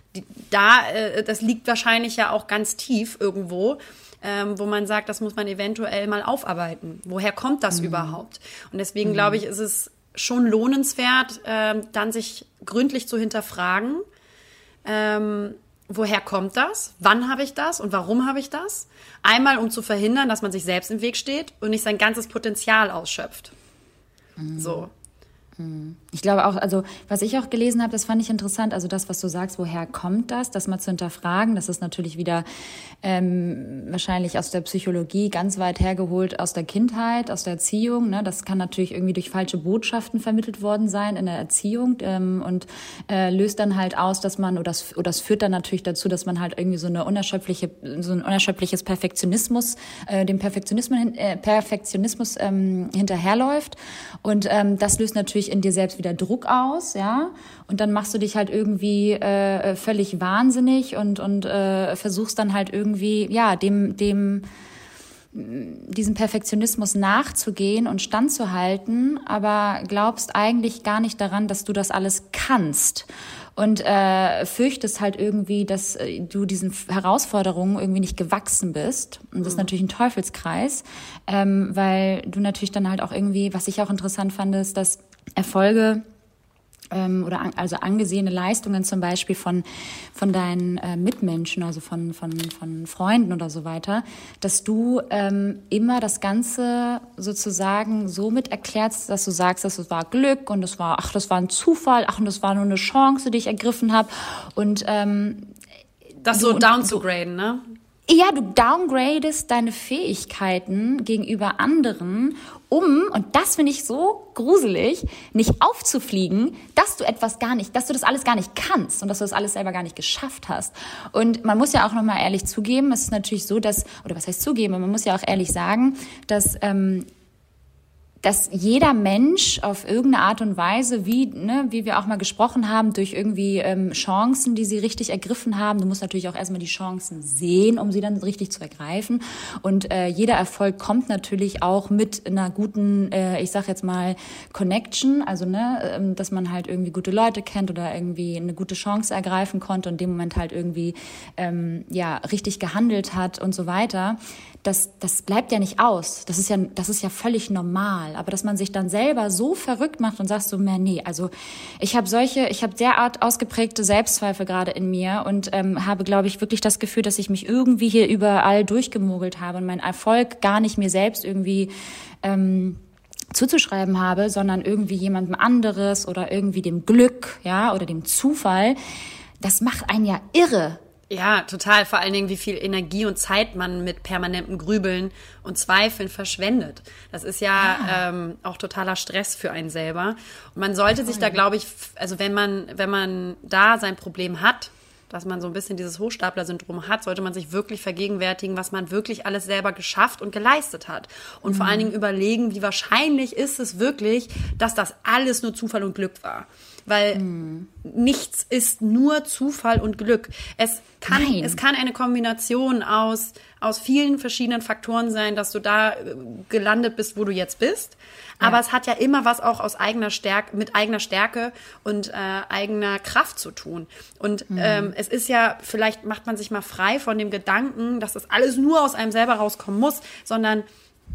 das liegt wahrscheinlich ja auch ganz tief irgendwo, wo man sagt, das muss man eventuell mal aufarbeiten. Woher kommt das überhaupt? Und deswegen glaube ich, ist es schon lohnenswert, dann sich gründlich zu hinterfragen, woher kommt das? Wann habe ich das? Und warum habe ich das? Einmal, um zu verhindern, dass man sich selbst im Weg steht und nicht sein ganzes Potenzial ausschöpft. So. Ich glaube auch, also was ich auch gelesen habe, das fand ich interessant, also das, was du sagst, woher kommt das mal zu hinterfragen, das ist natürlich wieder wahrscheinlich aus der Psychologie ganz weit hergeholt, aus der Kindheit, aus der Erziehung, ne? Das kann natürlich irgendwie durch falsche Botschaften vermittelt worden sein in der Erziehung und löst dann halt aus, dass man, oder das führt dann natürlich dazu, dass man halt irgendwie so ein unerschöpfliches Perfektionismus, dem Perfektionismus hinterherläuft und das löst natürlich in dir selbst wieder Druck aus, ja, und dann machst du dich halt irgendwie völlig wahnsinnig und versuchst dann halt irgendwie, ja, diesem Perfektionismus nachzugehen und standzuhalten, aber glaubst eigentlich gar nicht daran, dass du das alles kannst und fürchtest halt irgendwie, dass du diesen Herausforderungen irgendwie nicht gewachsen bist. Und das ist natürlich ein Teufelskreis, weil du natürlich dann halt auch irgendwie, was ich auch interessant fand, ist, dass Erfolge also angesehene Leistungen zum Beispiel von deinen Mitmenschen, also von Freunden oder so weiter, dass du immer das Ganze sozusagen so mit erklärst, dass du sagst, dass es war Glück und das war ein Zufall, und das war nur eine Chance, die ich ergriffen habe und das so down zu graden, ne? Ja, du downgradest deine Fähigkeiten gegenüber anderen, und das finde ich so gruselig, nicht aufzufliegen, dass du das alles gar nicht kannst und dass du das alles selber gar nicht geschafft hast. Und man muss ja auch nochmal ehrlich zugeben, es ist natürlich so, was heißt zugeben, man muss ja auch ehrlich sagen, dass jeder Mensch auf irgendeine Art und Weise, wie wir auch mal gesprochen haben, durch irgendwie Chancen, die sie richtig ergriffen haben. Du musst natürlich auch erstmal die Chancen sehen, um sie dann richtig zu ergreifen. Und jeder Erfolg kommt natürlich auch mit einer guten, ich sag jetzt mal, Connection, also dass man halt irgendwie gute Leute kennt oder irgendwie eine gute Chance ergreifen konnte und in dem Moment halt irgendwie richtig gehandelt hat und so weiter. Das bleibt ja nicht aus. Das ist ja völlig normal. Aber dass man sich dann selber so verrückt macht und sagt so, nee, also ich habe derart ausgeprägte Selbstzweifel gerade in mir und habe, glaube ich, wirklich das Gefühl, dass ich mich irgendwie hier überall durchgemogelt habe und meinen Erfolg gar nicht mir selbst irgendwie zuzuschreiben habe, sondern irgendwie jemandem anderes oder irgendwie dem Glück, ja, oder dem Zufall. Das macht einen ja irre. Ja, total. Vor allen Dingen, wie viel Energie und Zeit man mit permanentem Grübeln und Zweifeln verschwendet. Das ist ja auch totaler Stress für einen selber. Und man sollte sich da, glaube ich, also wenn man da sein Problem hat, dass man so ein bisschen dieses Hochstapler-Syndrom hat, sollte man sich wirklich vergegenwärtigen, was man wirklich alles selber geschafft und geleistet hat. Und vor allen Dingen überlegen, wie wahrscheinlich ist es wirklich, dass das alles nur Zufall und Glück war. Weil nichts ist nur Zufall und Glück. Es kann eine Kombination aus vielen verschiedenen Faktoren sein, dass du da gelandet bist, wo du jetzt bist. Aber es hat ja immer was auch mit eigener Stärke und eigener Kraft zu tun. Und es ist ja, vielleicht macht man sich mal frei von dem Gedanken, dass das alles nur aus einem selber rauskommen muss, sondern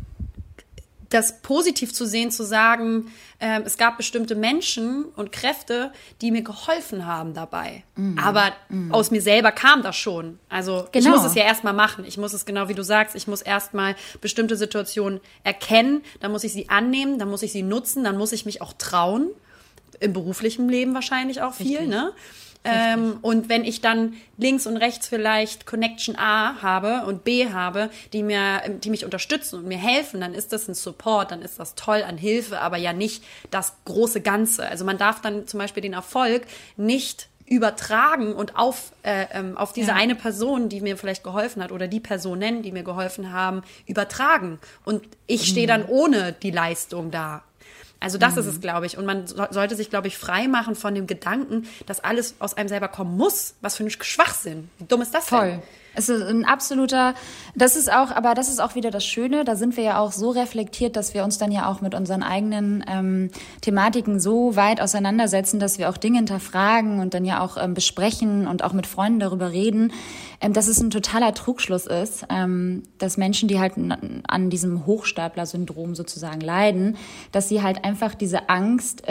das positiv zu sehen, zu sagen, es gab bestimmte Menschen und Kräfte, die mir geholfen haben dabei. Aber aus mir selber kam das schon. Also Ich muss es ja erstmal machen. Ich muss es, genau wie du sagst, ich muss erstmal bestimmte Situationen erkennen, dann muss ich sie annehmen, dann muss ich sie nutzen, dann muss ich mich auch trauen. Im beruflichen Leben wahrscheinlich auch viel, ne? Und wenn ich dann links und rechts vielleicht Connection A habe und B habe, die mich unterstützen und mir helfen, dann ist das ein Support, dann ist das toll an Hilfe, aber ja nicht das große Ganze. Also man darf dann zum Beispiel den Erfolg nicht übertragen und auf diese eine Person, die mir vielleicht geholfen hat, oder die Personen, die mir geholfen haben, übertragen. Und ich stehe dann ohne die Leistung da. Also das ist es, glaube ich. Und man sollte sich, glaube ich, frei machen von dem Gedanken, dass alles aus einem selber kommen muss. Was für ein Schwachsinn. Wie dumm ist das denn? Voll. Es ist ein absoluter, das ist auch wieder das Schöne, da sind wir ja auch so reflektiert, dass wir uns dann ja auch mit unseren eigenen Thematiken so weit auseinandersetzen, dass wir auch Dinge hinterfragen und dann ja auch besprechen und auch mit Freunden darüber reden, dass es ein totaler Trugschluss ist, dass Menschen, die halt an diesem Hochstapler-Syndrom sozusagen leiden, dass sie halt einfach diese Angst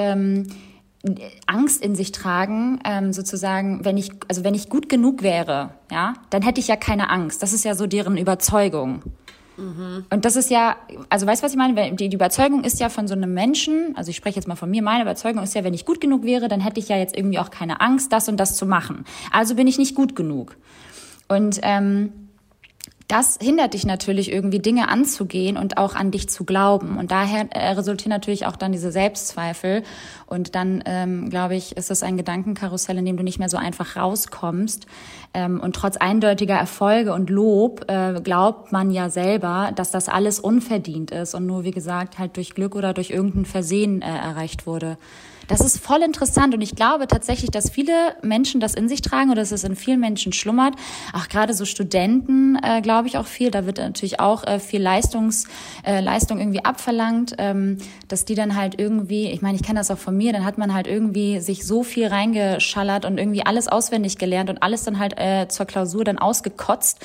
in sich tragen, sozusagen, wenn ich gut genug wäre, ja, dann hätte ich ja keine Angst. Das ist ja so deren Überzeugung. Und das ist ja, also weißt du, was ich meine? Die Überzeugung ist ja von so einem Menschen, also ich spreche jetzt mal von mir, meine Überzeugung ist ja, wenn ich gut genug wäre, dann hätte ich ja jetzt irgendwie auch keine Angst, das und das zu machen. Also bin ich nicht gut genug. Und das hindert dich natürlich irgendwie, Dinge anzugehen und auch an dich zu glauben. Und daher resultieren natürlich auch dann diese Selbstzweifel. Und dann, glaube ich, ist es ein Gedankenkarussell, in dem du nicht mehr so einfach rauskommst. Und trotz eindeutiger Erfolge und Lob glaubt man ja selber, dass das alles unverdient ist und nur, wie gesagt, halt durch Glück oder durch irgendein Versehen erreicht wurde. Das ist voll interessant und ich glaube tatsächlich, dass viele Menschen das in sich tragen oder dass es in vielen Menschen schlummert. Auch gerade so Studenten, glaube ich auch viel. Da wird natürlich auch viel Leistung irgendwie abverlangt, dass die dann halt irgendwie, ich meine, ich kenne das auch von mir, dann hat man halt irgendwie sich so viel reingeschallert und irgendwie alles auswendig gelernt und alles dann halt zur Klausur dann ausgekotzt,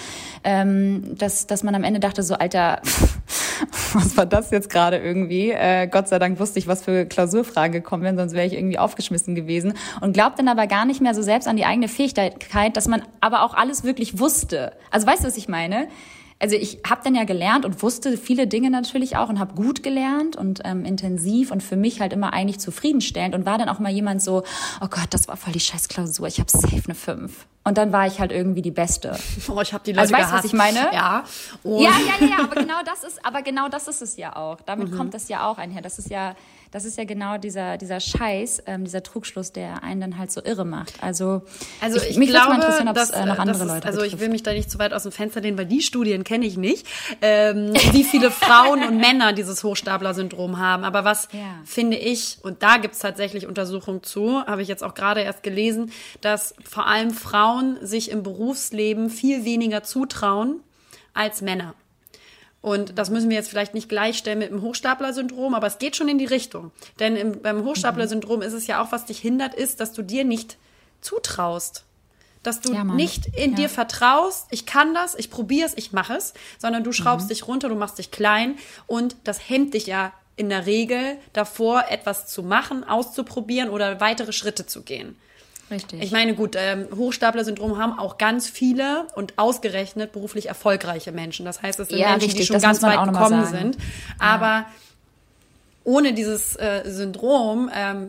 dass man am Ende dachte so, Alter, was war das jetzt gerade irgendwie? Gott sei Dank wusste ich, was für Klausurfragen gekommen wären, sonst wäre ich irgendwie aufgeschmissen gewesen. Und glaubt dann aber gar nicht mehr so selbst an die eigene Fähigkeit, dass man aber auch alles wirklich wusste. Also weißt du, was ich meine? Also ich habe dann ja gelernt und wusste viele Dinge natürlich auch und habe gut gelernt und intensiv und für mich halt immer eigentlich zufriedenstellend und war dann auch mal jemand so, oh Gott, das war voll die scheiß Klausur, ich habe safe eine 5. Und dann war ich halt irgendwie die Beste. Oh, ich habe die Leute gehasst. Weißt du, was ich meine? Ja. Oh. Ja, aber genau das ist es ja auch. Damit kommt das ja auch einher. Das ist ja genau dieser Scheiß, dieser Trugschluss, der einen dann halt so irre macht. Also mich würde mal interessieren, ob es noch andere Leute Also betrifft. Ich will mich da nicht zu weit aus dem Fenster lehnen, weil die Studien kenne ich nicht, wie viele Frauen und Männer dieses Hochstapler-Syndrom haben. Aber was finde ich, und da gibt's tatsächlich Untersuchungen zu, habe ich jetzt auch gerade erst gelesen, dass vor allem Frauen sich im Berufsleben viel weniger zutrauen als Männer. Und das müssen wir jetzt vielleicht nicht gleichstellen mit dem Hochstapler-Syndrom, aber es geht schon in die Richtung. Denn beim Hochstapler-Syndrom ist es ja auch, was dich hindert, ist, dass du dir nicht zutraust. Dass du nicht in dir vertraust, ich kann das, ich probiere es, ich mache es, sondern du schraubst dich runter, du machst dich klein und das hemmt dich ja in der Regel davor, etwas zu machen, auszuprobieren oder weitere Schritte zu gehen. Richtig. Ich meine, gut, Hochstapler-Syndrom haben auch ganz viele und ausgerechnet beruflich erfolgreiche Menschen. Das heißt, es sind Menschen, die schon ganz weit gekommen sind. Aber ohne dieses Syndrom,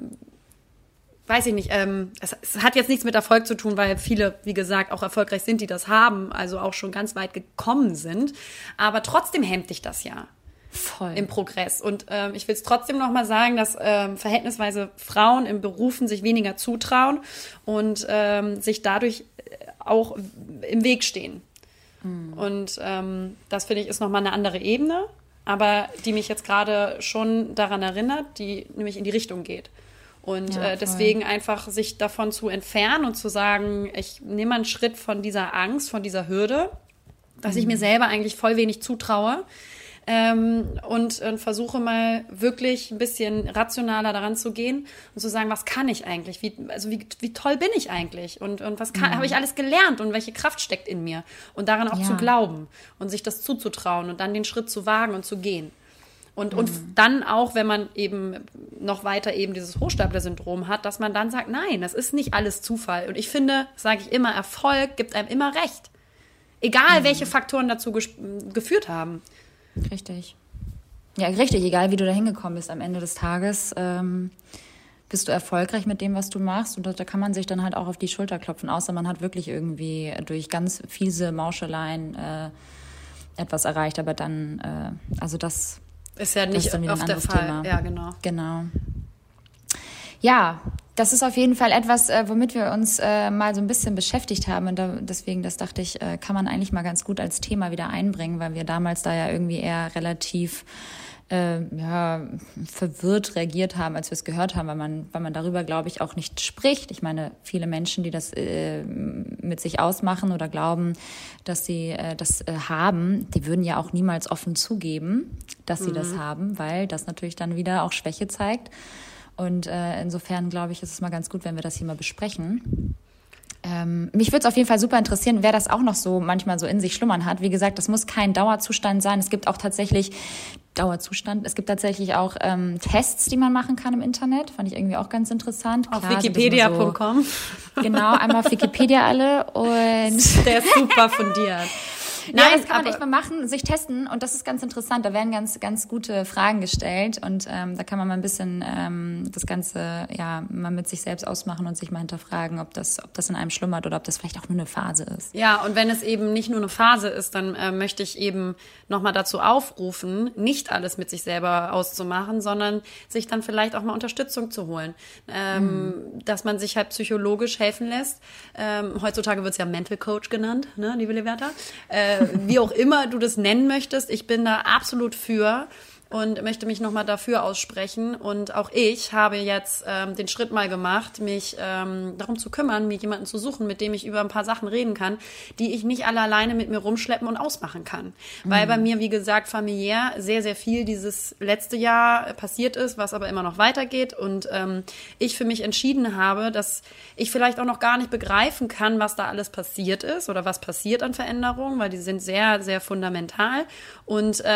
weiß ich nicht, es hat jetzt nichts mit Erfolg zu tun, weil viele, wie gesagt, auch erfolgreich sind, die das haben, also auch schon ganz weit gekommen sind. Aber trotzdem hemmt dich das ja. Voll. Im Progress. Und ich will es trotzdem noch mal sagen, dass verhältnisweise Frauen in Berufen sich weniger zutrauen und sich dadurch auch im Weg stehen. Und das, finde ich, ist noch mal eine andere Ebene, aber die mich jetzt gerade schon daran erinnert, die nämlich in die Richtung geht. Und deswegen einfach sich davon zu entfernen und zu sagen, ich nehme einen Schritt von dieser Angst, von dieser Hürde, dass ich mir selber eigentlich voll wenig zutraue, und versuche mal wirklich ein bisschen rationaler daran zu gehen und zu sagen, was kann ich eigentlich? Wie toll bin ich eigentlich? Und was habe ich alles gelernt und welche Kraft steckt in mir? Und daran auch zu glauben und sich das zuzutrauen und dann den Schritt zu wagen und zu gehen. Und dann auch, wenn man eben noch weiter eben dieses Hochstapler-Syndrom hat, dass man dann sagt, nein, das ist nicht alles Zufall. Und ich finde, sage ich immer, Erfolg gibt einem immer recht. Egal, welche Faktoren dazu geführt haben. Richtig. Ja, richtig. Egal, wie du da hingekommen bist am Ende des Tages, bist du erfolgreich mit dem, was du machst. Und da kann man sich dann halt auch auf die Schulter klopfen, außer man hat wirklich irgendwie durch ganz fiese Mauscheleien etwas erreicht. Aber dann, also das ist ja nicht oft der Fall. Thema. Ja, genau. Genau. Ja, das ist auf jeden Fall etwas, womit wir uns mal so ein bisschen beschäftigt haben. Und deswegen, das dachte ich, kann man eigentlich mal ganz gut als Thema wieder einbringen, weil wir damals da ja irgendwie eher relativ verwirrt reagiert haben, als wir es gehört haben, weil man darüber, glaube ich, auch nicht spricht. Ich meine, viele Menschen, die das mit sich ausmachen oder glauben, dass sie das haben, die würden ja auch niemals offen zugeben, dass sie das haben, weil das natürlich dann wieder auch Schwäche zeigt. Und insofern, glaube ich, ist es mal ganz gut, wenn wir das hier mal besprechen. Mich würde es auf jeden Fall super interessieren, wer das auch noch so manchmal so in sich schlummern hat. Wie gesagt, das muss kein Dauerzustand sein. Es gibt auch tatsächlich auch Tests, die man machen kann im Internet. Fand ich irgendwie auch ganz interessant. Auf wikipedia.com. Genau, einmal auf Wikipedia alle. Und der ist super fundiert. Nein, das kann man echt mal machen, sich testen und das ist ganz interessant. Da werden ganz, ganz gute Fragen gestellt und da kann man mal ein bisschen das Ganze mal mit sich selbst ausmachen und sich mal hinterfragen, ob das in einem schlummert oder ob das vielleicht auch nur eine Phase ist. Ja, und wenn es eben nicht nur eine Phase ist, dann möchte ich eben nochmal dazu aufrufen, nicht alles mit sich selber auszumachen, sondern sich dann vielleicht auch mal Unterstützung zu holen. Dass man sich halt psychologisch helfen lässt. Heutzutage wird es ja Mental Coach genannt, ne, liebe Liberta. Wie auch immer du das nennen möchtest, ich bin da absolut für und möchte mich nochmal dafür aussprechen. Und auch ich habe jetzt den Schritt mal gemacht, mich darum zu kümmern, mir jemanden zu suchen, mit dem ich über ein paar Sachen reden kann, die ich nicht alle alleine mit mir rumschleppen und ausmachen kann. Weil bei mir, wie gesagt, familiär sehr, sehr viel dieses letzte Jahr passiert ist, was aber immer noch weitergeht. Und ich für mich entschieden habe, dass ich vielleicht auch noch gar nicht begreifen kann, was da alles passiert ist oder was passiert an Veränderungen, weil die sind sehr, sehr fundamental. Und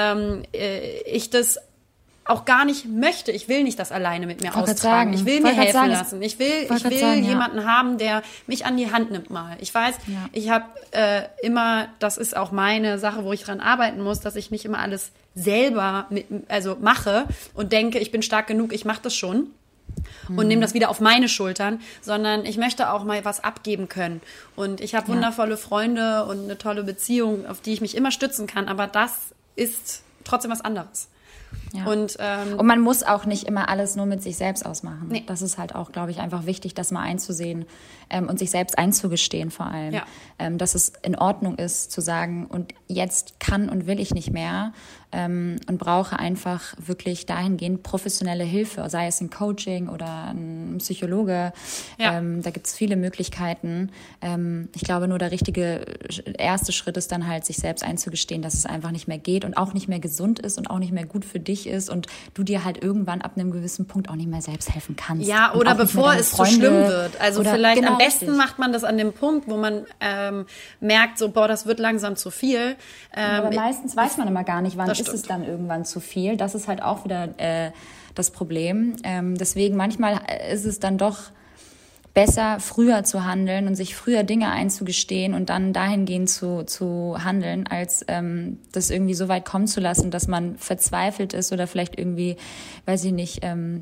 ich das auch gar nicht möchte. Ich will nicht das alleine mit mir austragen. Ich will mir helfen lassen. Ich will jemanden haben, der mich an die Hand nimmt mal. Ich weiß, ich habe immer, das ist auch meine Sache, wo ich dran arbeiten muss, dass ich nicht immer alles selber mache und denke, ich bin stark genug, ich mache das schon. Und nehme das wieder auf meine Schultern, sondern ich möchte auch mal was abgeben können. Und ich habe wundervolle Freunde und eine tolle Beziehung, auf die ich mich immer stützen kann, aber das ist trotzdem was anderes. Ja. Und man muss auch nicht immer alles nur mit sich selbst ausmachen. Nee. Das ist halt auch, glaube ich, einfach wichtig, das mal einzusehen und sich selbst einzugestehen vor allem. Ja. Dass es in Ordnung ist, zu sagen, und jetzt kann und will ich nicht mehr und brauche einfach wirklich dahingehend professionelle Hilfe, sei es ein Coaching oder ein Psychologe. Ja. Da gibt es viele Möglichkeiten. Ich glaube, nur der richtige erste Schritt ist dann halt, sich selbst einzugestehen, dass es einfach nicht mehr geht und auch nicht mehr gesund ist und auch nicht mehr gut für dich ist und du dir halt irgendwann ab einem gewissen Punkt auch nicht mehr selbst helfen kannst. Ja, oder bevor es zu schlimm wird. Also vielleicht am besten macht man das an dem Punkt, wo man merkt, so, das wird langsam zu viel. Aber meistens weiß man immer gar nicht, wann ist es dann irgendwann zu viel. Das ist halt auch wieder das Problem. Deswegen manchmal ist es dann doch besser, früher zu handeln und sich früher Dinge einzugestehen und dann dahingehend zu handeln, als das irgendwie so weit kommen zu lassen, dass man verzweifelt ist oder vielleicht irgendwie, weiß ich nicht, in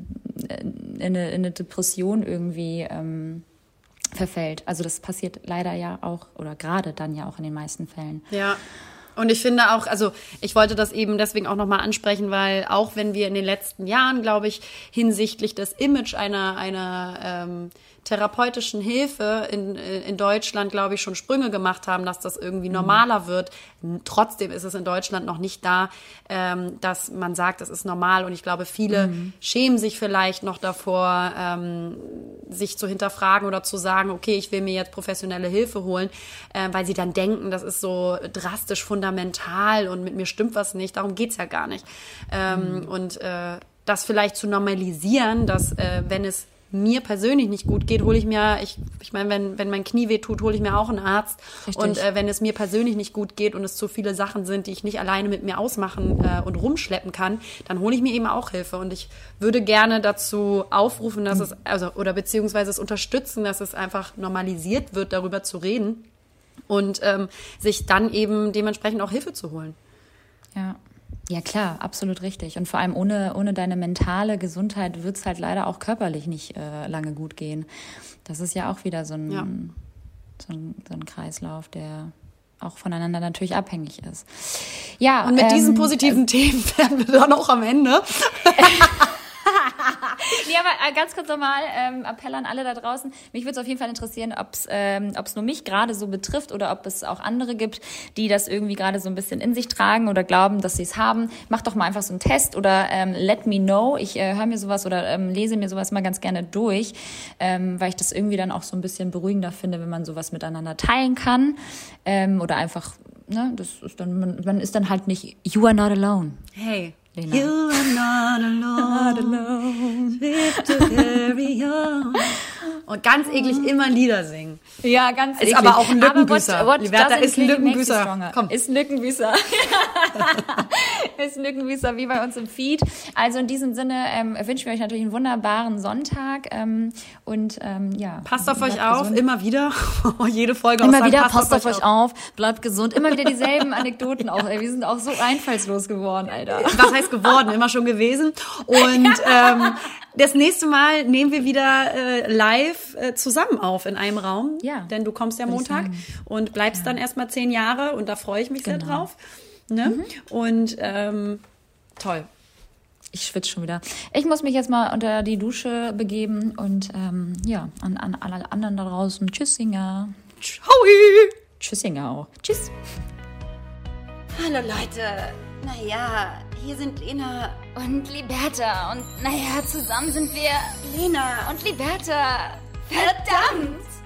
eine Depression irgendwie verfällt. Also das passiert leider ja auch oder gerade dann ja auch in den meisten Fällen. Ja. Und ich finde auch, also ich wollte das eben deswegen auch nochmal ansprechen, weil auch wenn wir in den letzten Jahren, glaube ich, hinsichtlich des Image einer therapeutischen Hilfe in Deutschland, glaube ich, schon Sprünge gemacht haben, dass das irgendwie normaler wird. Trotzdem ist es in Deutschland noch nicht da, dass man sagt, das ist normal. Und ich glaube, viele schämen sich vielleicht noch davor, sich zu hinterfragen oder zu sagen, okay, ich will mir jetzt professionelle Hilfe holen, weil sie dann denken, das ist so drastisch fundamental und mit mir stimmt was nicht. Darum geht's ja gar nicht. Und das vielleicht zu normalisieren, dass wenn es mir persönlich nicht gut geht, hole ich mir, ich meine, wenn mein Knie weh tut, hole ich mir auch einen Arzt. Richtig. Und wenn es mir persönlich nicht gut geht und es zu viele Sachen sind, die ich nicht alleine mit mir ausmachen und rumschleppen kann, dann hole ich mir eben auch Hilfe. Und ich würde gerne dazu aufrufen, dass es, oder beziehungsweise es unterstützen, dass es einfach normalisiert wird, darüber zu reden und sich dann eben dementsprechend auch Hilfe zu holen. Ja, klar, absolut richtig. Und vor allem ohne deine mentale Gesundheit wird es halt leider auch körperlich nicht lange gut gehen. Das ist ja auch wieder so ein Kreislauf, der auch voneinander natürlich abhängig ist. Ja, und mit diesen positiven Themen werden wir dann auch am Ende. Nee, aber ganz kurz nochmal, Appell an alle da draußen. Mich würde es auf jeden Fall interessieren, ob es nur mich gerade so betrifft oder ob es auch andere gibt, die das irgendwie gerade so ein bisschen in sich tragen oder glauben, dass sie es haben. Macht doch mal einfach so einen Test oder let me know. Ich höre mir sowas oder lese mir sowas mal ganz gerne durch, weil ich das irgendwie dann auch so ein bisschen beruhigender finde, wenn man sowas miteinander teilen kann. Oder einfach, ne, das ist dann, man ist dann halt nicht, you are not alone. Hey. Lena. You are not alone, live to carry on. Und ganz eklig immer Lieder singen. Ja, ganz Ist eklig. aber auch ein Lückenbüßer. What Liberta doesn't ist ein kill you makes you Lückenbüßer. stronger. Komm. Ist ein Lückenbüßer. Ist ein Lückenbüßer wie bei uns im Feed. Also in diesem Sinne wünschen wir euch natürlich einen wunderbaren Sonntag. Ja. Passt auf euch bleibt auf, gesund. immer wieder. Jede Folge Immer aussagen, wieder, passt auf euch auf, bleibt gesund. Immer wieder dieselben Anekdoten auch. Ey, wir sind auch so einfallslos geworden, Alter. Was heißt geworden? Immer schon gewesen. Und das nächste Mal nehmen wir wieder live zusammen auf in einem Raum. Ja. Denn du kommst ja Würde ich Montag sagen. und bleibst dann erstmal 10 Jahre und da freue ich mich sehr Genau. drauf. Ne? Und toll. Ich schwitze schon wieder. Ich muss mich jetzt mal unter die Dusche begeben und an alle anderen da draußen. Tschüssinger. Ciao. Tschüssinger auch. Tschüss. Hallo Leute. Naja, hier sind Lena Und Liberta. Und naja, zusammen sind wir Lena und Liberta. Verdammt!